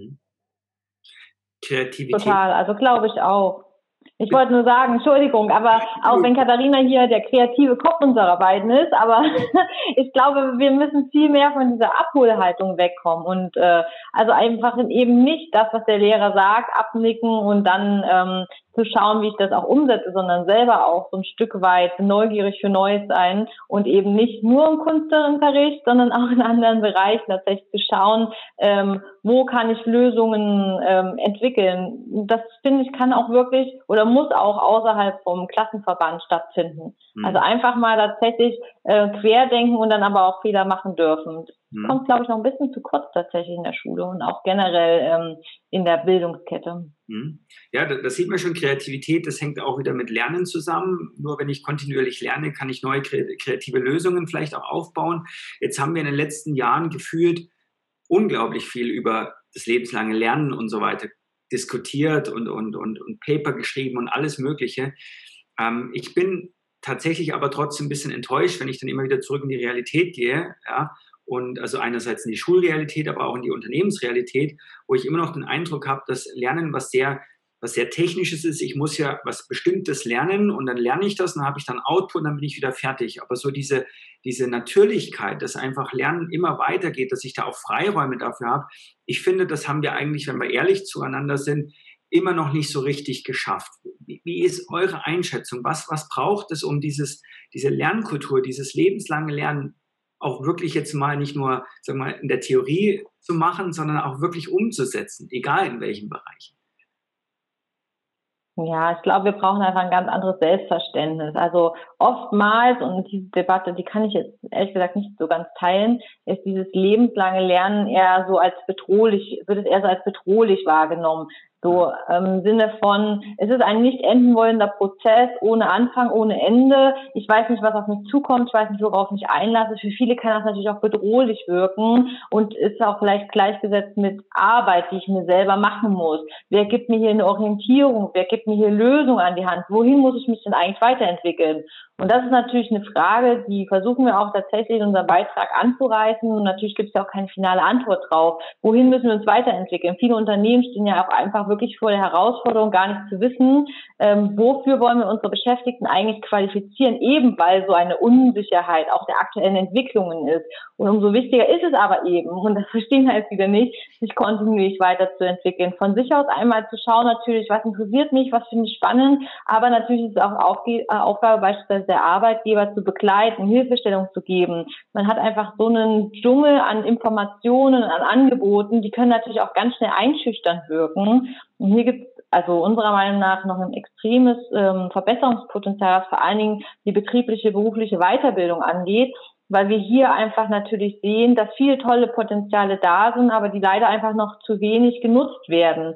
Kreativität. Total, also glaube ich auch. Ich wollte nur sagen, Entschuldigung, aber auch wenn Katharina hier der kreative Kopf unserer beiden ist, aber ich glaube, wir müssen viel mehr von dieser Abholhaltung wegkommen und also einfach eben nicht das, was der Lehrer sagt, abnicken und dann zu schauen, wie ich das auch umsetze, sondern selber auch so ein Stück weit neugierig für Neues sein und eben nicht nur im Kunstunterricht, sondern auch in anderen Bereichen tatsächlich zu schauen, wo kann ich Lösungen entwickeln. Das, finde ich, kann auch wirklich oder muss auch außerhalb vom Klassenverband stattfinden. Also einfach mal tatsächlich querdenken und dann aber auch Fehler machen dürfen. Das kommt, glaube ich, noch ein bisschen zu kurz tatsächlich in der Schule und auch generell in der Bildungskette. Ja, das sieht man schon, Kreativität, das hängt auch wieder mit Lernen zusammen. Nur wenn ich kontinuierlich lerne, kann ich neue kreative Lösungen vielleicht auch aufbauen. Jetzt haben wir in den letzten Jahren gefühlt unglaublich viel über das lebenslange Lernen und so weiter diskutiert und Paper geschrieben und alles Mögliche. Ich bin tatsächlich aber trotzdem ein bisschen enttäuscht, wenn ich dann immer wieder zurück in die Realität gehe, ja, und also einerseits in die Schulrealität, aber auch in die Unternehmensrealität, wo ich immer noch den Eindruck habe, dass Lernen was sehr Technisches ist. Ich muss ja was Bestimmtes lernen und dann lerne ich das und dann habe ich dann Output und dann bin ich wieder fertig. Aber so diese Natürlichkeit, dass einfach Lernen immer weitergeht, dass ich da auch Freiräume dafür habe, ich finde, das haben wir eigentlich, wenn wir ehrlich zueinander sind, immer noch nicht so richtig geschafft. Wie ist eure Einschätzung? Was braucht es, um diese Lernkultur, dieses lebenslange Lernen auch wirklich jetzt mal nicht nur, sagen wir mal, in der Theorie zu machen, sondern auch wirklich umzusetzen, egal in welchen Bereichen? Ja, ich glaube, wir brauchen einfach ein ganz anderes Selbstverständnis. Also oftmals, und diese Debatte, die kann ich jetzt ehrlich gesagt nicht so ganz teilen, ist dieses lebenslange Lernen eher so als bedrohlich, wird es eher so als bedrohlich wahrgenommen. So im Sinne von, es ist ein nicht enden wollender Prozess, ohne Anfang, ohne Ende. Ich weiß nicht, was auf mich zukommt, ich weiß nicht, worauf ich mich einlasse. Für viele kann das natürlich auch bedrohlich wirken und ist auch vielleicht gleichgesetzt mit Arbeit, die ich mir selber machen muss. Wer gibt mir hier eine Orientierung? Wer gibt mir hier Lösungen an die Hand? Wohin muss ich mich denn eigentlich weiterentwickeln? Und das ist natürlich eine Frage, die versuchen wir auch tatsächlich in unserem Beitrag anzureißen. Und natürlich gibt es ja auch keine finale Antwort drauf. Wohin müssen wir uns weiterentwickeln? Viele Unternehmen stehen ja auch einfach wirklich vor der Herausforderung, gar nicht zu wissen, wofür wollen wir unsere Beschäftigten eigentlich qualifizieren, eben weil so eine Unsicherheit auch der aktuellen Entwicklungen ist. Und umso wichtiger ist es aber eben, und das verstehen wir jetzt wieder nicht, sich kontinuierlich weiterzuentwickeln. Von sich aus einmal zu schauen natürlich, was interessiert mich, was finde ich spannend, aber natürlich ist es auch Aufgabe beispielsweise der Arbeitgeber zu begleiten, Hilfestellung zu geben. Man hat einfach so einen Dschungel an Informationen, an Angeboten, die können natürlich auch ganz schnell einschüchternd wirken. Und hier gibt es also unserer Meinung nach noch ein extremes Verbesserungspotenzial, was vor allen Dingen die betriebliche, berufliche Weiterbildung angeht, weil wir hier einfach natürlich sehen, dass viele tolle Potenziale da sind, aber die leider einfach noch zu wenig genutzt werden.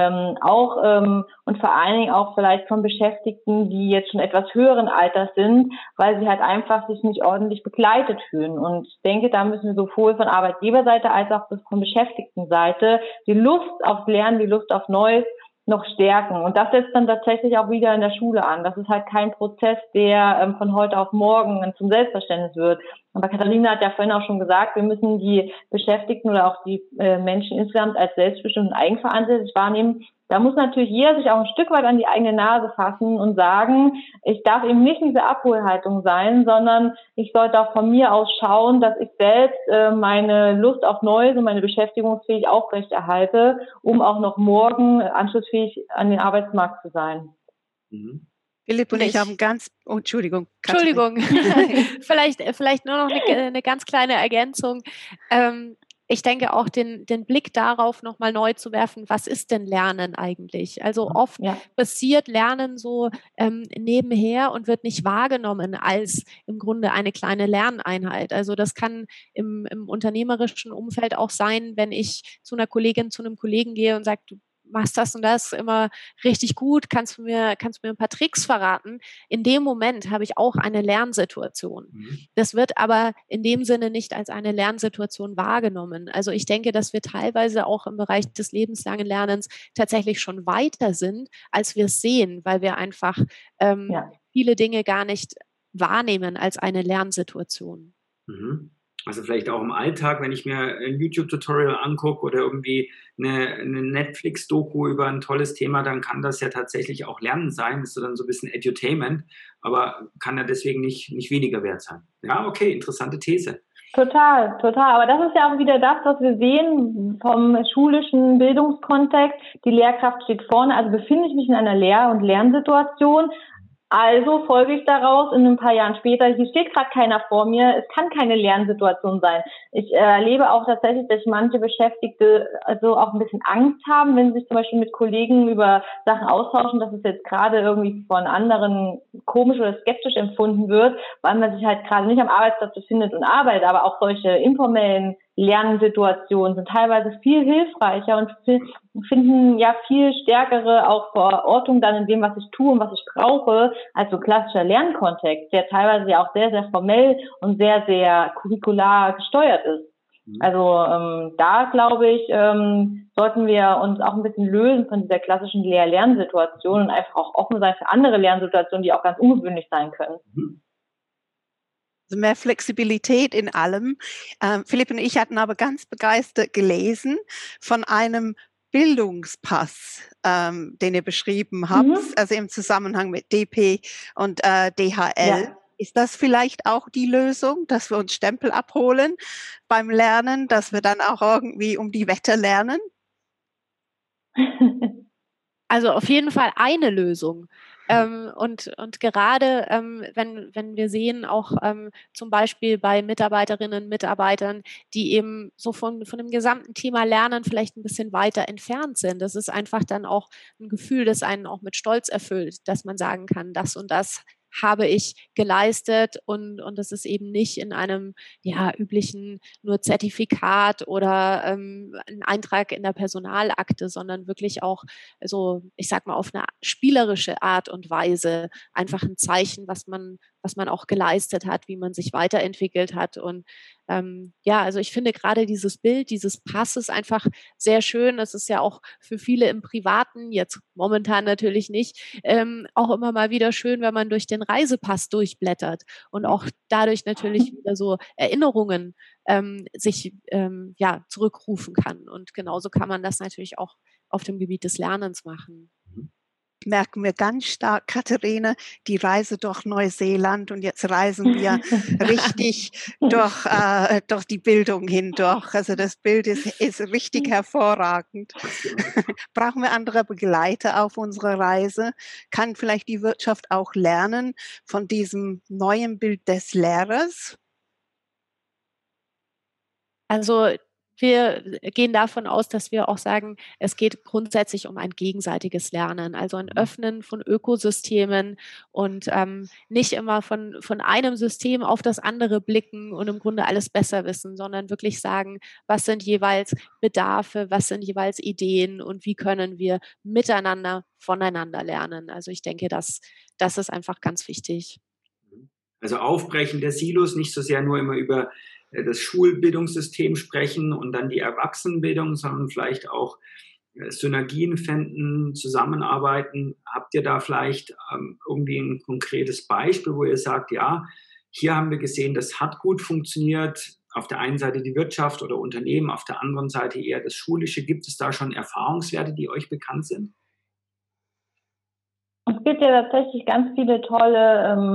Und vor allen Dingen auch vielleicht von Beschäftigten, die jetzt schon etwas höheren Alters sind, weil sie halt einfach sich nicht ordentlich begleitet fühlen. Und ich denke, da müssen wir sowohl von Arbeitgeberseite als auch von Beschäftigtenseite die Lust aufs Lernen, die Lust auf Neues noch stärken. Und das setzt dann tatsächlich auch wieder in der Schule an. Das ist halt kein Prozess, der von heute auf morgen zum Selbstverständnis wird. Aber Katharina hat ja vorhin auch schon gesagt, wir müssen die Beschäftigten oder auch die Menschen insgesamt als selbstbestimmt und eigenverantwortlich wahrnehmen. Da muss natürlich jeder sich auch ein Stück weit an die eigene Nase fassen und sagen, ich darf eben nicht in dieser Abholhaltung sein, sondern ich sollte auch von mir aus schauen, dass ich selbst meine Lust auf Neues und meine Beschäftigungsfähigkeit aufrechterhalte, um auch noch morgen anschlussfähig an den Arbeitsmarkt zu sein. Philipp und ich haben Entschuldigung. Entschuldigung, vielleicht nur noch eine ganz kleine Ergänzung. Ich denke auch, den Blick darauf nochmal neu zu werfen, was ist denn Lernen eigentlich? Also oft passiert Lernen so nebenher und wird nicht wahrgenommen als im Grunde eine kleine Lerneinheit. Also das kann im unternehmerischen Umfeld auch sein, wenn ich zu einer Kollegin, zu einem Kollegen gehe und sage, du machst das und das immer richtig gut, kannst du mir ein paar Tricks verraten? In dem Moment habe ich auch eine Lernsituation. Das wird aber in dem Sinne nicht als eine Lernsituation wahrgenommen. Also ich denke, dass wir teilweise auch im Bereich des lebenslangen Lernens tatsächlich schon weiter sind, als wir es sehen, weil wir einfach viele Dinge gar nicht wahrnehmen als eine Lernsituation. Also vielleicht auch im Alltag, wenn ich mir ein YouTube-Tutorial angucke oder irgendwie eine Netflix-Doku über ein tolles Thema, dann kann das ja tatsächlich auch Lernen sein. Das ist dann so ein bisschen Edutainment, aber kann ja deswegen nicht weniger wert sein. Ja, okay, interessante These. Total. Aber das ist ja auch wieder das, was wir sehen vom schulischen Bildungskontext. Die Lehrkraft steht vorne, also befinde ich mich in einer Lehr- und Lernsituation. Also folge ich daraus in ein paar Jahren später, hier steht gerade keiner vor mir, es kann keine Lernsituation sein. Ich erlebe auch tatsächlich, dass manche Beschäftigte also auch ein bisschen Angst haben, wenn sie sich zum Beispiel mit Kollegen über Sachen austauschen, dass es jetzt gerade irgendwie von anderen komisch oder skeptisch empfunden wird, weil man sich halt gerade nicht am Arbeitsplatz befindet und arbeitet, aber auch solche informellen Lernsituationen sind teilweise viel hilfreicher und finden ja viel stärkere auch Verortung dann in dem, was ich tue und was ich brauche, als so klassischer Lernkontext, der teilweise ja auch sehr, sehr formell und sehr, sehr curricular gesteuert ist. Also da, glaube ich, sollten wir uns auch ein bisschen lösen von dieser klassischen Lehr-Lernsituation und einfach auch offen sein für andere Lernsituationen, die auch ganz ungewöhnlich sein können. Also mehr Flexibilität in allem. Philipp und ich hatten aber ganz begeistert gelesen von einem Bildungspass, den ihr beschrieben habt, also im Zusammenhang mit DP und DHL. Ja. Ist das vielleicht auch die Lösung, dass wir uns Stempel abholen beim Lernen, dass wir dann auch irgendwie um die Wette lernen? Also auf jeden Fall eine Lösung. Und gerade wenn wir sehen, auch zum Beispiel bei Mitarbeiterinnen und Mitarbeitern, die eben so von dem gesamten Thema Lernen vielleicht ein bisschen weiter entfernt sind, das ist einfach dann auch ein Gefühl, das einen auch mit Stolz erfüllt, dass man sagen kann, das und das habe ich geleistet und das ist eben nicht in einem üblichen nur Zertifikat oder ein Eintrag in der Personalakte, sondern wirklich auch so, ich sag mal, auf eine spielerische Art und Weise einfach ein Zeichen, was man auch geleistet hat, wie man sich weiterentwickelt hat. Und also ich finde gerade dieses Bild dieses Passes einfach sehr schön. Es ist ja auch für viele im Privaten, jetzt momentan natürlich nicht, auch immer mal wieder schön, wenn man durch den Reisepass durchblättert und auch dadurch natürlich wieder so Erinnerungen sich zurückrufen kann. Und genauso kann man das natürlich auch auf dem Gebiet des Lernens machen. Merken wir ganz stark, Katharina, die Reise durch Neuseeland und jetzt reisen wir richtig durch die Bildung hindurch. Also das Bild ist richtig hervorragend. Brauchen wir andere Begleiter auf unserer Reise? Kann vielleicht die Wirtschaft auch lernen von diesem neuen Bild des Lehrers? Also wir gehen davon aus, dass wir auch sagen, es geht grundsätzlich um ein gegenseitiges Lernen, also ein Öffnen von Ökosystemen und nicht immer von einem System auf das andere blicken und im Grunde alles besser wissen, sondern wirklich sagen, was sind jeweils Bedarfe, was sind jeweils Ideen und wie können wir miteinander voneinander lernen. Also ich denke, das ist einfach ganz wichtig. Also Aufbrechen der Silos, nicht so sehr nur immer über das Schulbildungssystem sprechen und dann die Erwachsenenbildung, sondern vielleicht auch Synergien finden, zusammenarbeiten. Habt ihr da vielleicht irgendwie ein konkretes Beispiel, wo ihr sagt, ja, hier haben wir gesehen, das hat gut funktioniert. Auf der einen Seite die Wirtschaft oder Unternehmen, auf der anderen Seite eher das Schulische. Gibt es da schon Erfahrungswerte, die euch bekannt sind? Es gibt ja tatsächlich ganz viele tolle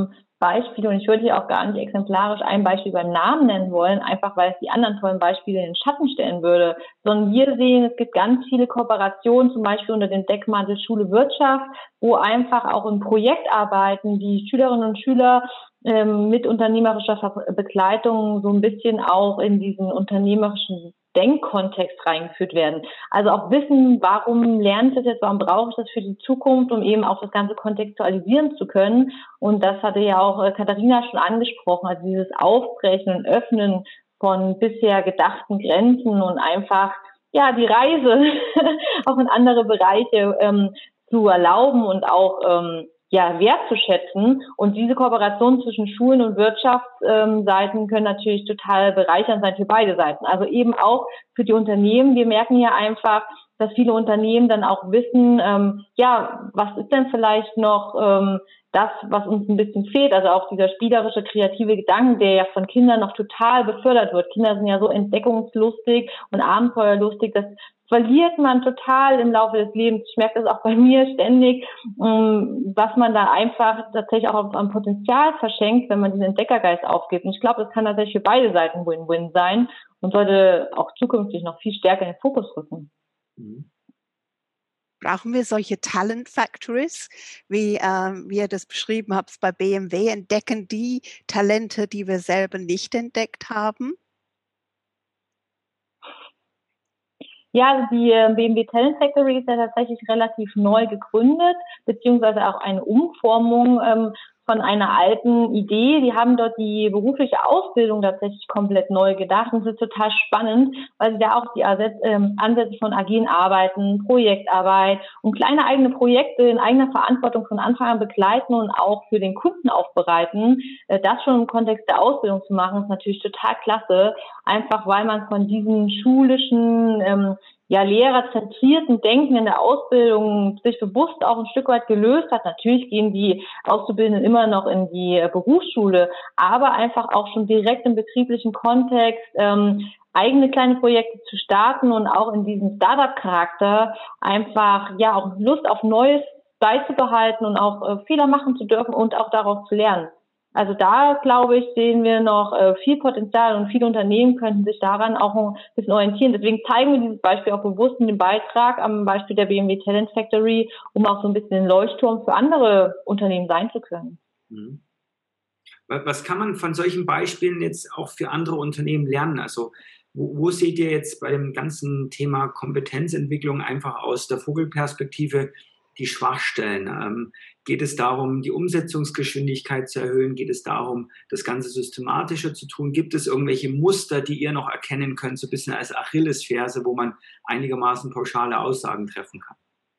Beispiele, und ich würde hier auch gar nicht exemplarisch ein Beispiel beim Namen nennen wollen, einfach weil es die anderen tollen Beispiele in den Schatten stellen würde, sondern wir sehen, es gibt ganz viele Kooperationen, zum Beispiel unter dem Deckmantel Schule Wirtschaft, wo einfach auch in Projektarbeiten die Schülerinnen und Schüler mit unternehmerischer Begleitung so ein bisschen auch in diesen unternehmerischen Denkkontext reingeführt werden. Also auch wissen, warum lerne ich das jetzt, warum brauche ich das für die Zukunft, um eben auch das Ganze kontextualisieren zu können. Und das hatte ja auch Katharina schon angesprochen, also dieses Aufbrechen und Öffnen von bisher gedachten Grenzen und einfach ja die Reise auch in andere Bereiche zu erlauben und auch wertzuschätzen. Und diese Kooperation zwischen Schulen und Wirtschaftsseiten können natürlich total bereichernd sein für beide Seiten. Also eben auch für die Unternehmen. Wir merken ja einfach, dass viele Unternehmen dann auch wissen, was ist denn vielleicht noch das, was uns ein bisschen fehlt. Also auch dieser spielerische, kreative Gedanke, der ja von Kindern noch total befördert wird. Kinder sind ja so entdeckungslustig und abenteuerlustig, das verliert man total im Laufe des Lebens. Ich merke das auch bei mir ständig, was man da einfach tatsächlich auch an Potenzial verschenkt, wenn man diesen Entdeckergeist aufgibt. Und ich glaube, das kann tatsächlich für beide Seiten Win-Win sein und sollte auch zukünftig noch viel stärker in den Fokus rücken. Brauchen wir solche Talent Factories, wie ihr das beschrieben habt bei BMW, entdecken die Talente, die wir selber nicht entdeckt haben? Ja, also die BMW Talent Factory ist ja tatsächlich relativ neu gegründet, beziehungsweise auch eine Umformung von einer alten Idee. Die haben dort die berufliche Ausbildung tatsächlich komplett neu gedacht. Und es ist total spannend, weil sie da auch die Ansätze von agilen Arbeiten, Projektarbeit und kleine eigene Projekte in eigener Verantwortung von Anfang an begleiten und auch für den Kunden aufbereiten. Das schon im Kontext der Ausbildung zu machen, ist natürlich total klasse. Einfach weil man von diesen schulischen lehrerzentrierten Denken in der Ausbildung sich bewusst auch ein Stück weit gelöst hat. Natürlich gehen die Auszubildenden immer noch in die Berufsschule, aber einfach auch schon direkt im betrieblichen Kontext eigene kleine Projekte zu starten und auch in diesem Startup-Charakter einfach auch Lust auf Neues beizubehalten und auch Fehler machen zu dürfen und auch daraus zu lernen. Also da, glaube ich, sehen wir noch viel Potenzial und viele Unternehmen könnten sich daran auch ein bisschen orientieren. Deswegen zeigen wir dieses Beispiel auch bewusst in dem Beitrag am Beispiel der BMW Talent Factory, um auch so ein bisschen ein Leuchtturm für andere Unternehmen sein zu können. Was kann man von solchen Beispielen jetzt auch für andere Unternehmen lernen? Also wo seht ihr jetzt bei dem ganzen Thema Kompetenzentwicklung einfach aus der Vogelperspektive die Schwachstellen? Geht es darum, die Umsetzungsgeschwindigkeit zu erhöhen? Geht es darum, das Ganze systematischer zu tun? Gibt es irgendwelche Muster, die ihr noch erkennen könnt, so ein bisschen als Achillesferse, wo man einigermaßen pauschale Aussagen treffen kann?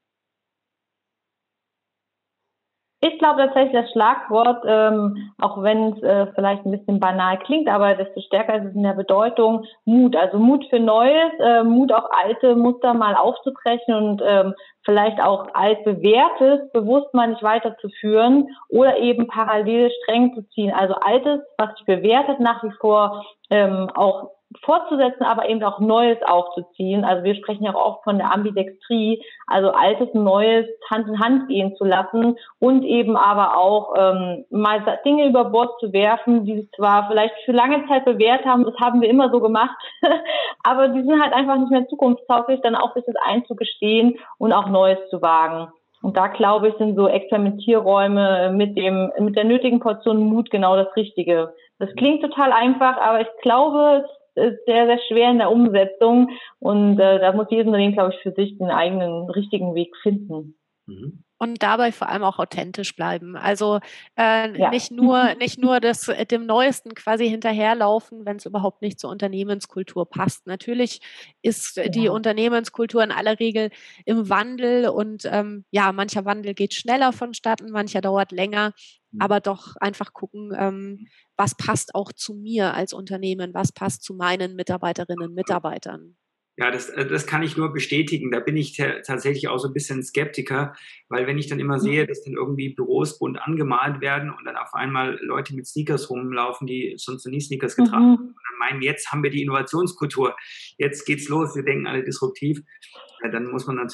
Ich glaube tatsächlich, das Schlagwort, auch wenn es vielleicht ein bisschen banal klingt, aber desto stärker ist es in der Bedeutung Mut. Also Mut für Neues, Mut auch alte Muster mal aufzubrechen und vielleicht auch altbewährtes bewusst mal nicht weiterzuführen oder eben parallele Stränge zu ziehen. Also Altes, was sich bewährt nach wie vor auch fortzusetzen, aber eben auch Neues aufzuziehen. Also wir sprechen ja auch oft von der Ambidextrie, also Altes und Neues Hand in Hand gehen zu lassen und eben aber auch mal Dinge über Bord zu werfen, die sich zwar vielleicht für lange Zeit bewährt haben, das haben wir immer so gemacht, aber die sind halt einfach nicht mehr zukunftstauglich, dann auch sich das einzugestehen und auch Neues zu wagen. Und da, glaube ich, sind so Experimentierräume mit der nötigen Portion Mut genau das Richtige. Das klingt total einfach, aber ich glaube, es ist sehr, sehr schwer in der Umsetzung und da muss jedes Unternehmen, glaube ich, für sich den eigenen richtigen Weg finden. Und dabei vor allem auch authentisch bleiben. Also nicht nur dem Neuesten quasi hinterherlaufen, wenn es überhaupt nicht zur Unternehmenskultur passt. Natürlich ist die Unternehmenskultur in aller Regel im Wandel und mancher Wandel geht schneller vonstatten, mancher dauert länger, aber doch einfach gucken, was passt auch zu mir als Unternehmen, was passt zu meinen Mitarbeiterinnen und Mitarbeitern. Ja, das kann ich nur bestätigen. Da bin ich tatsächlich auch so ein bisschen Skeptiker, weil wenn ich dann immer sehe, dass dann irgendwie Büros bunt angemalt werden und dann auf einmal Leute mit Sneakers rumlaufen, die sonst noch nie Sneakers getragen haben, und dann meinen, jetzt haben wir die Innovationskultur, jetzt geht's los, wir denken alle disruptiv, dann muss man natürlich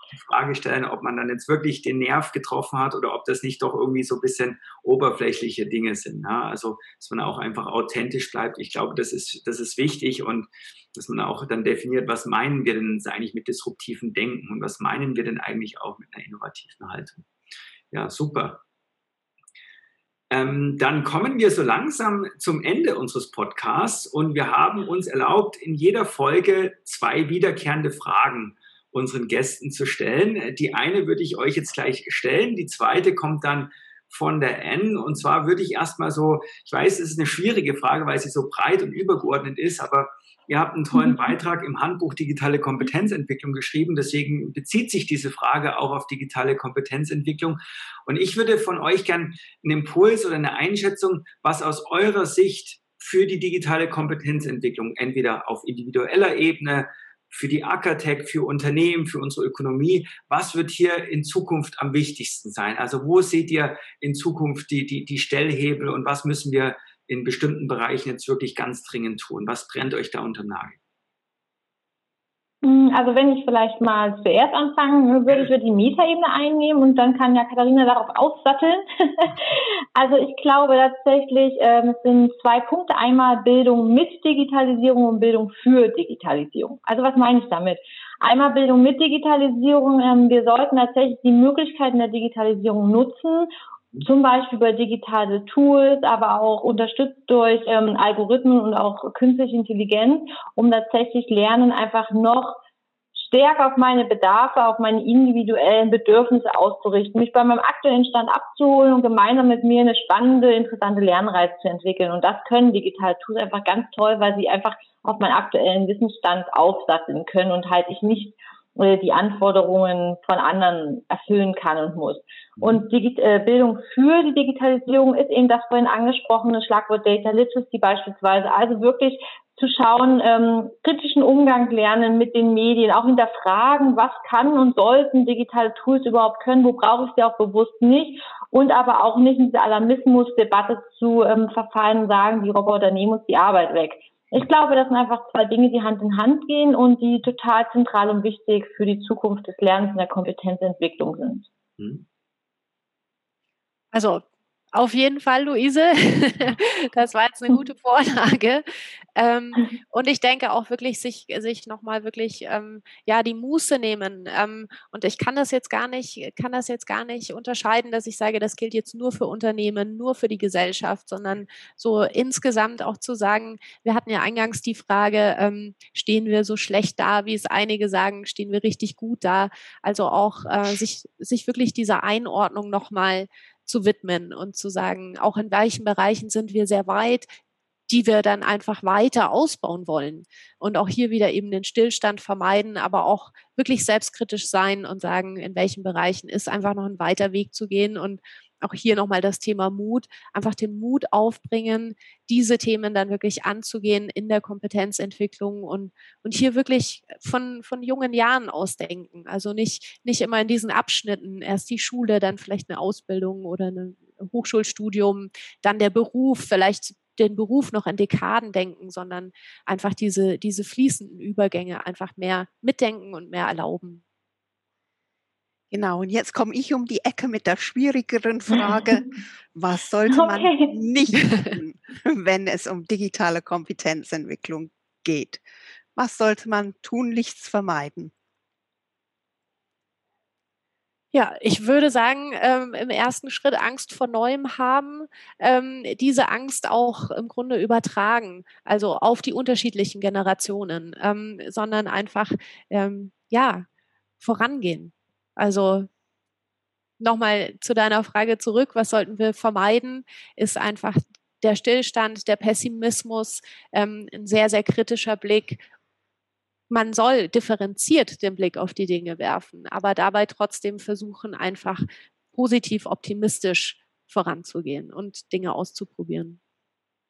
die Frage stellen, ob man dann jetzt wirklich den Nerv getroffen hat oder ob das nicht doch irgendwie so ein bisschen oberflächliche Dinge sind. Ne? Also, dass man auch einfach authentisch bleibt. Ich glaube, das ist wichtig und dass man auch dann definiert, was meinen wir denn eigentlich mit disruptivem Denken und was meinen wir denn eigentlich auch mit einer innovativen Haltung. Ja, super. Dann kommen wir so langsam zum Ende unseres Podcasts und wir haben uns erlaubt, in jeder Folge 2 wiederkehrende Fragen unseren Gästen zu stellen. Die eine würde ich euch jetzt gleich stellen, die zweite kommt dann von der Anne und zwar würde ich erstmal so, ich weiß, es ist eine schwierige Frage, weil sie so breit und übergeordnet ist, aber ihr habt einen tollen Beitrag im Handbuch Digitale Kompetenzentwicklung geschrieben, deswegen bezieht sich diese Frage auch auf digitale Kompetenzentwicklung. Und ich würde von euch gern einen Impuls oder eine Einschätzung, was aus eurer Sicht für die digitale Kompetenzentwicklung, entweder auf individueller Ebene, für die Ackertech, für Unternehmen, für unsere Ökonomie, was wird hier in Zukunft am wichtigsten sein? Also wo seht ihr in Zukunft die Stellhebel und was müssen wir in bestimmten Bereichen jetzt wirklich ganz dringend tun? Was brennt euch da unter dem Nagel? Also wenn ich vielleicht mal zuerst anfangen würde, ich die Metaebene einnehmen und dann kann ja Katharina darauf aussatteln. Also ich glaube tatsächlich, es sind 2 Punkte. Einmal Bildung mit Digitalisierung und Bildung für Digitalisierung. Also was meine ich damit? Einmal Bildung mit Digitalisierung. Wir sollten tatsächlich die Möglichkeiten der Digitalisierung nutzen, zum Beispiel über digitale Tools, aber auch unterstützt durch Algorithmen und auch künstliche Intelligenz, um tatsächlich Lernen einfach noch stärker auf meine Bedarfe, auf meine individuellen Bedürfnisse auszurichten, mich bei meinem aktuellen Stand abzuholen und gemeinsam mit mir eine spannende, interessante Lernreise zu entwickeln. Und das können digitale Tools einfach ganz toll, weil sie einfach auf meinen aktuellen Wissensstand aufsatteln können und halt ich nicht die Anforderungen von anderen erfüllen kann und muss. Und Bildung für die Digitalisierung ist eben das vorhin angesprochene Schlagwort Data Literacy beispielsweise. Also wirklich zu schauen, kritischen Umgang lernen mit den Medien, auch hinterfragen, was kann und sollten digitale Tools überhaupt können, wo brauche ich sie auch bewusst nicht und aber auch nicht in diese Alarmismus-Debatte zu verfallen und sagen, die Roboter nehmen uns die Arbeit weg. Ich glaube, das sind einfach 2 Dinge, die Hand in Hand gehen und die total zentral und wichtig für die Zukunft des Lernens und der Kompetenzentwicklung sind. Also auf jeden Fall, Luise. Das war jetzt eine gute Vorlage. Und ich denke auch wirklich, sich nochmal wirklich die Muße nehmen. Und ich kann das jetzt gar nicht unterscheiden, dass ich sage, das gilt jetzt nur für Unternehmen, nur für die Gesellschaft, sondern so insgesamt auch zu sagen, wir hatten ja eingangs die Frage, stehen wir so schlecht da, wie es einige sagen, stehen wir richtig gut da? Also auch sich wirklich dieser Einordnung nochmal zu widmen und zu sagen, auch in welchen Bereichen sind wir sehr weit, die wir dann einfach weiter ausbauen wollen. Und auch hier wieder eben den Stillstand vermeiden, aber auch wirklich selbstkritisch sein und sagen, in welchen Bereichen ist einfach noch ein weiter Weg zu gehen. Und auch hier nochmal das Thema Mut, einfach den Mut aufbringen, diese Themen dann wirklich anzugehen in der Kompetenzentwicklung und hier wirklich von jungen Jahren ausdenken. Also nicht immer in diesen Abschnitten, erst die Schule, dann vielleicht eine Ausbildung oder ein Hochschulstudium, dann der Beruf, vielleicht den Beruf noch in Dekaden denken, sondern einfach diese fließenden Übergänge einfach mehr mitdenken und mehr erlauben. Genau, und jetzt komme ich um die Ecke mit der schwierigeren Frage, was sollte man nicht tun, wenn es um digitale Kompetenzentwicklung geht? Was sollte man tunlichst vermeiden? Ja, ich würde sagen, im ersten Schritt Angst vor Neuem haben, diese Angst auch im Grunde übertragen, also auf die unterschiedlichen Generationen, sondern einfach, vorangehen. Also nochmal zu deiner Frage zurück, was sollten wir vermeiden, ist einfach der Stillstand, der Pessimismus, ein sehr, sehr kritischer Blick. Man soll differenziert den Blick auf die Dinge werfen, aber dabei trotzdem versuchen, einfach positiv optimistisch voranzugehen und Dinge auszuprobieren.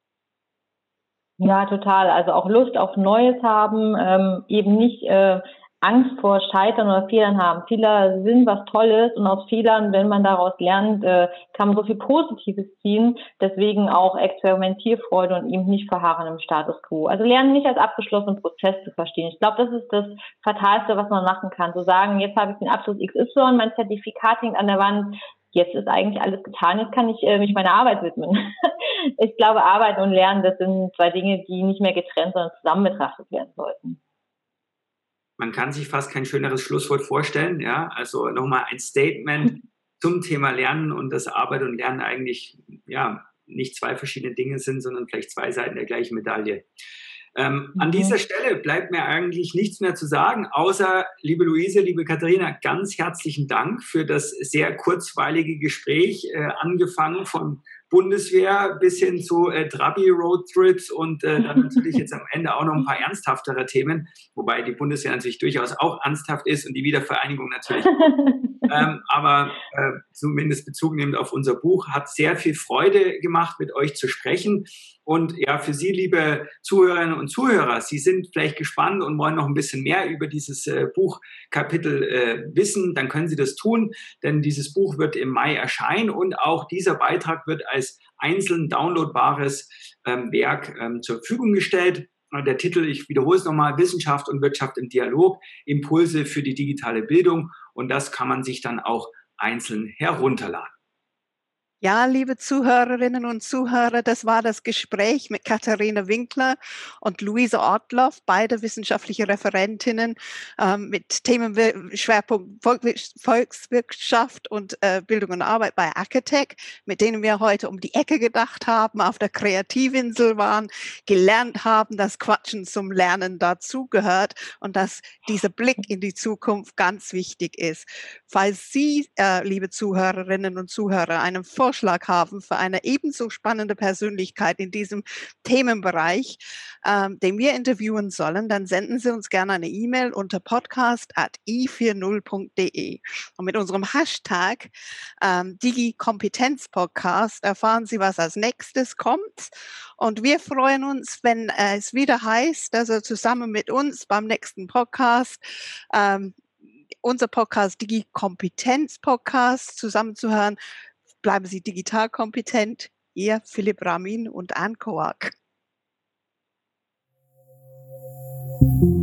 Ja, total. Also auch Lust auf Neues haben, eben nicht Angst vor Scheitern oder Fehlern haben. Fehler sind was Tolles und aus Fehlern, wenn man daraus lernt, kann man so viel Positives ziehen. Deswegen auch Experimentierfreude und eben nicht verharren im Status quo. Also lernen nicht als abgeschlossenen Prozess zu verstehen. Ich glaube, das ist das Fatalste, was man machen kann. Zu sagen, jetzt habe ich den Abschluss XY, mein Zertifikat hängt an der Wand, jetzt ist eigentlich alles getan, jetzt kann ich mich meiner Arbeit widmen. Ich glaube, Arbeiten und Lernen, das sind zwei Dinge, die nicht mehr getrennt, sondern zusammen betrachtet werden sollten. Man kann sich fast kein schöneres Schlusswort vorstellen. Ja? Also nochmal ein Statement zum Thema Lernen und dass Arbeit und Lernen eigentlich nicht zwei verschiedene Dinge sind, sondern vielleicht zwei Seiten der gleichen Medaille. An dieser Stelle bleibt mir eigentlich nichts mehr zu sagen, außer, liebe Luise, liebe Katharina, ganz herzlichen Dank für das sehr kurzweilige Gespräch, angefangen von Bundeswehr bis hin zu Trabi-Roadtrips und dann natürlich jetzt am Ende auch noch ein paar ernsthaftere Themen, wobei die Bundeswehr natürlich durchaus auch ernsthaft ist und die Wiedervereinigung natürlich. Aber zumindest Bezug nehmend auf unser Buch, hat sehr viel Freude gemacht, mit euch zu sprechen. Und ja, für Sie, liebe Zuhörerinnen und Zuhörer, Sie sind vielleicht gespannt und wollen noch ein bisschen mehr über dieses Buchkapitel wissen, dann können Sie das tun, denn dieses Buch wird im Mai erscheinen und auch dieser Beitrag wird als einzeln downloadbares Werk zur Verfügung gestellt. Der Titel, ich wiederhole es nochmal, Wissenschaft und Wirtschaft im Dialog, Impulse für die digitale Bildung. Und das kann man sich dann auch einzeln herunterladen. Ja, liebe Zuhörerinnen und Zuhörer, das war das Gespräch mit Katharina Winkler und Luise Ortloff, beide wissenschaftliche Referentinnen mit Themenschwerpunkt Volkswirtschaft und Bildung und Arbeit bei Acatec, mit denen wir heute um die Ecke gedacht haben, auf der Kreativinsel waren, gelernt haben, dass Quatschen zum Lernen dazugehört und dass dieser Blick in die Zukunft ganz wichtig ist. Falls Sie, liebe Zuhörerinnen und Zuhörer, einen Vorschlag haben für eine ebenso spannende Persönlichkeit in diesem Themenbereich, den wir interviewen sollen, dann senden Sie uns gerne eine E-Mail unter podcast@i40.de. Und mit unserem Hashtag Digi-Kompetenz-Podcast erfahren Sie, was als nächstes kommt. Und wir freuen uns, wenn es wieder heißt, also zusammen mit uns beim nächsten Podcast, unser Podcast Digi-Kompetenz-Podcast zusammenzuhören. Bleiben Sie digital kompetent. Ihr Philipp Ramin und Anne Koak.